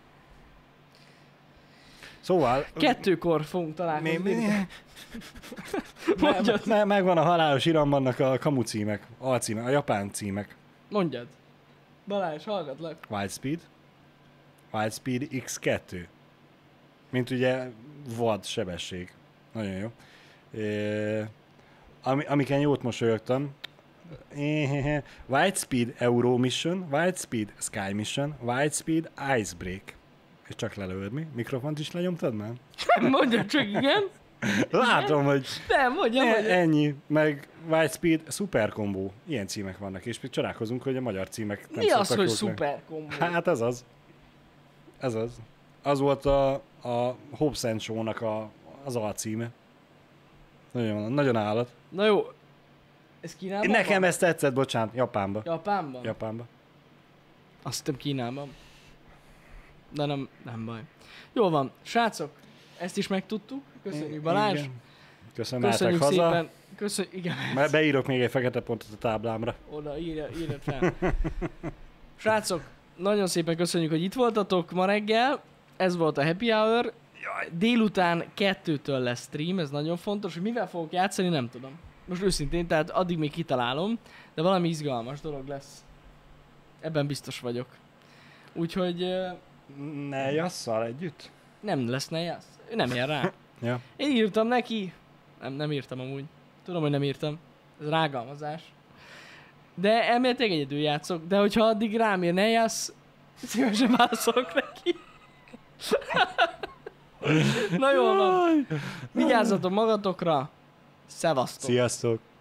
Szóval... Kettőkor fogunk találkozni. Mi, mi? me, me, megvan a halálos irambannak a kamu címek, alcímek, a japán címek. Mondjad. Balázs, hallgatlak. Wildspeed. Wildspeed iksz kettő. Mint ugye vad sebesség. Nagyon jó. É, ami, amiken jót mosolyogtam. Wildspeed Euro Mission, Wildspeed Sky Mission, Wildspeed Icebreak. És csak lelőd mi? Mikrofont is lenyomtad már? Mondja csak, igen. Látom, igen. hogy nem, mondja, e- mondja. Ennyi. Meg Wildspeed Super Combo. Ilyen címek vannak. És még csodálkozunk, hogy a magyar címek nem mi az, hogy jók Super Combo? Hát ez az. Ez az. Az volt a, a Hobbs and Show-nak a, az alcíme. Nagyon, nagyon állat. Na jó. Ez Kínában Nekem van? ez tetszett, bocsánat. Japánba. Japánban? Japánba. Azt hittem Kínában. De nem, nem baj. Jól van. Srácok, ezt is megtudtuk. Köszönjük, Balázs. Igen. Köszönöm, Köszönjük haza. szépen. Köszönjük, igen. Mert beírok még egy fekete pontot a táblámra. Oda, írja, írja fel. Srácok, nagyon szépen köszönjük, hogy itt voltatok ma reggel. Ez volt a Happy Hour. Délután kettőtől lesz stream, ez nagyon fontos. Hogy mivel fogok játszani, nem tudom. Most őszintén, tehát addig még kitalálom, de valami izgalmas dolog lesz. Ebben biztos vagyok. Úgyhogy... Ne jasszal együtt? nem lesz ne jász. Ő nem ér rá. Ja. Én írtam neki. Nem, nem írtam amúgy. Tudom, hogy nem írtam. Ez rágalmazás. De elméletileg egyedül játszok. De hogyha addig rám ír ne jász, szívesen válaszolok neki. Na jól van. Vigyázzatok magatokra. Szevasztok. Sziasztok.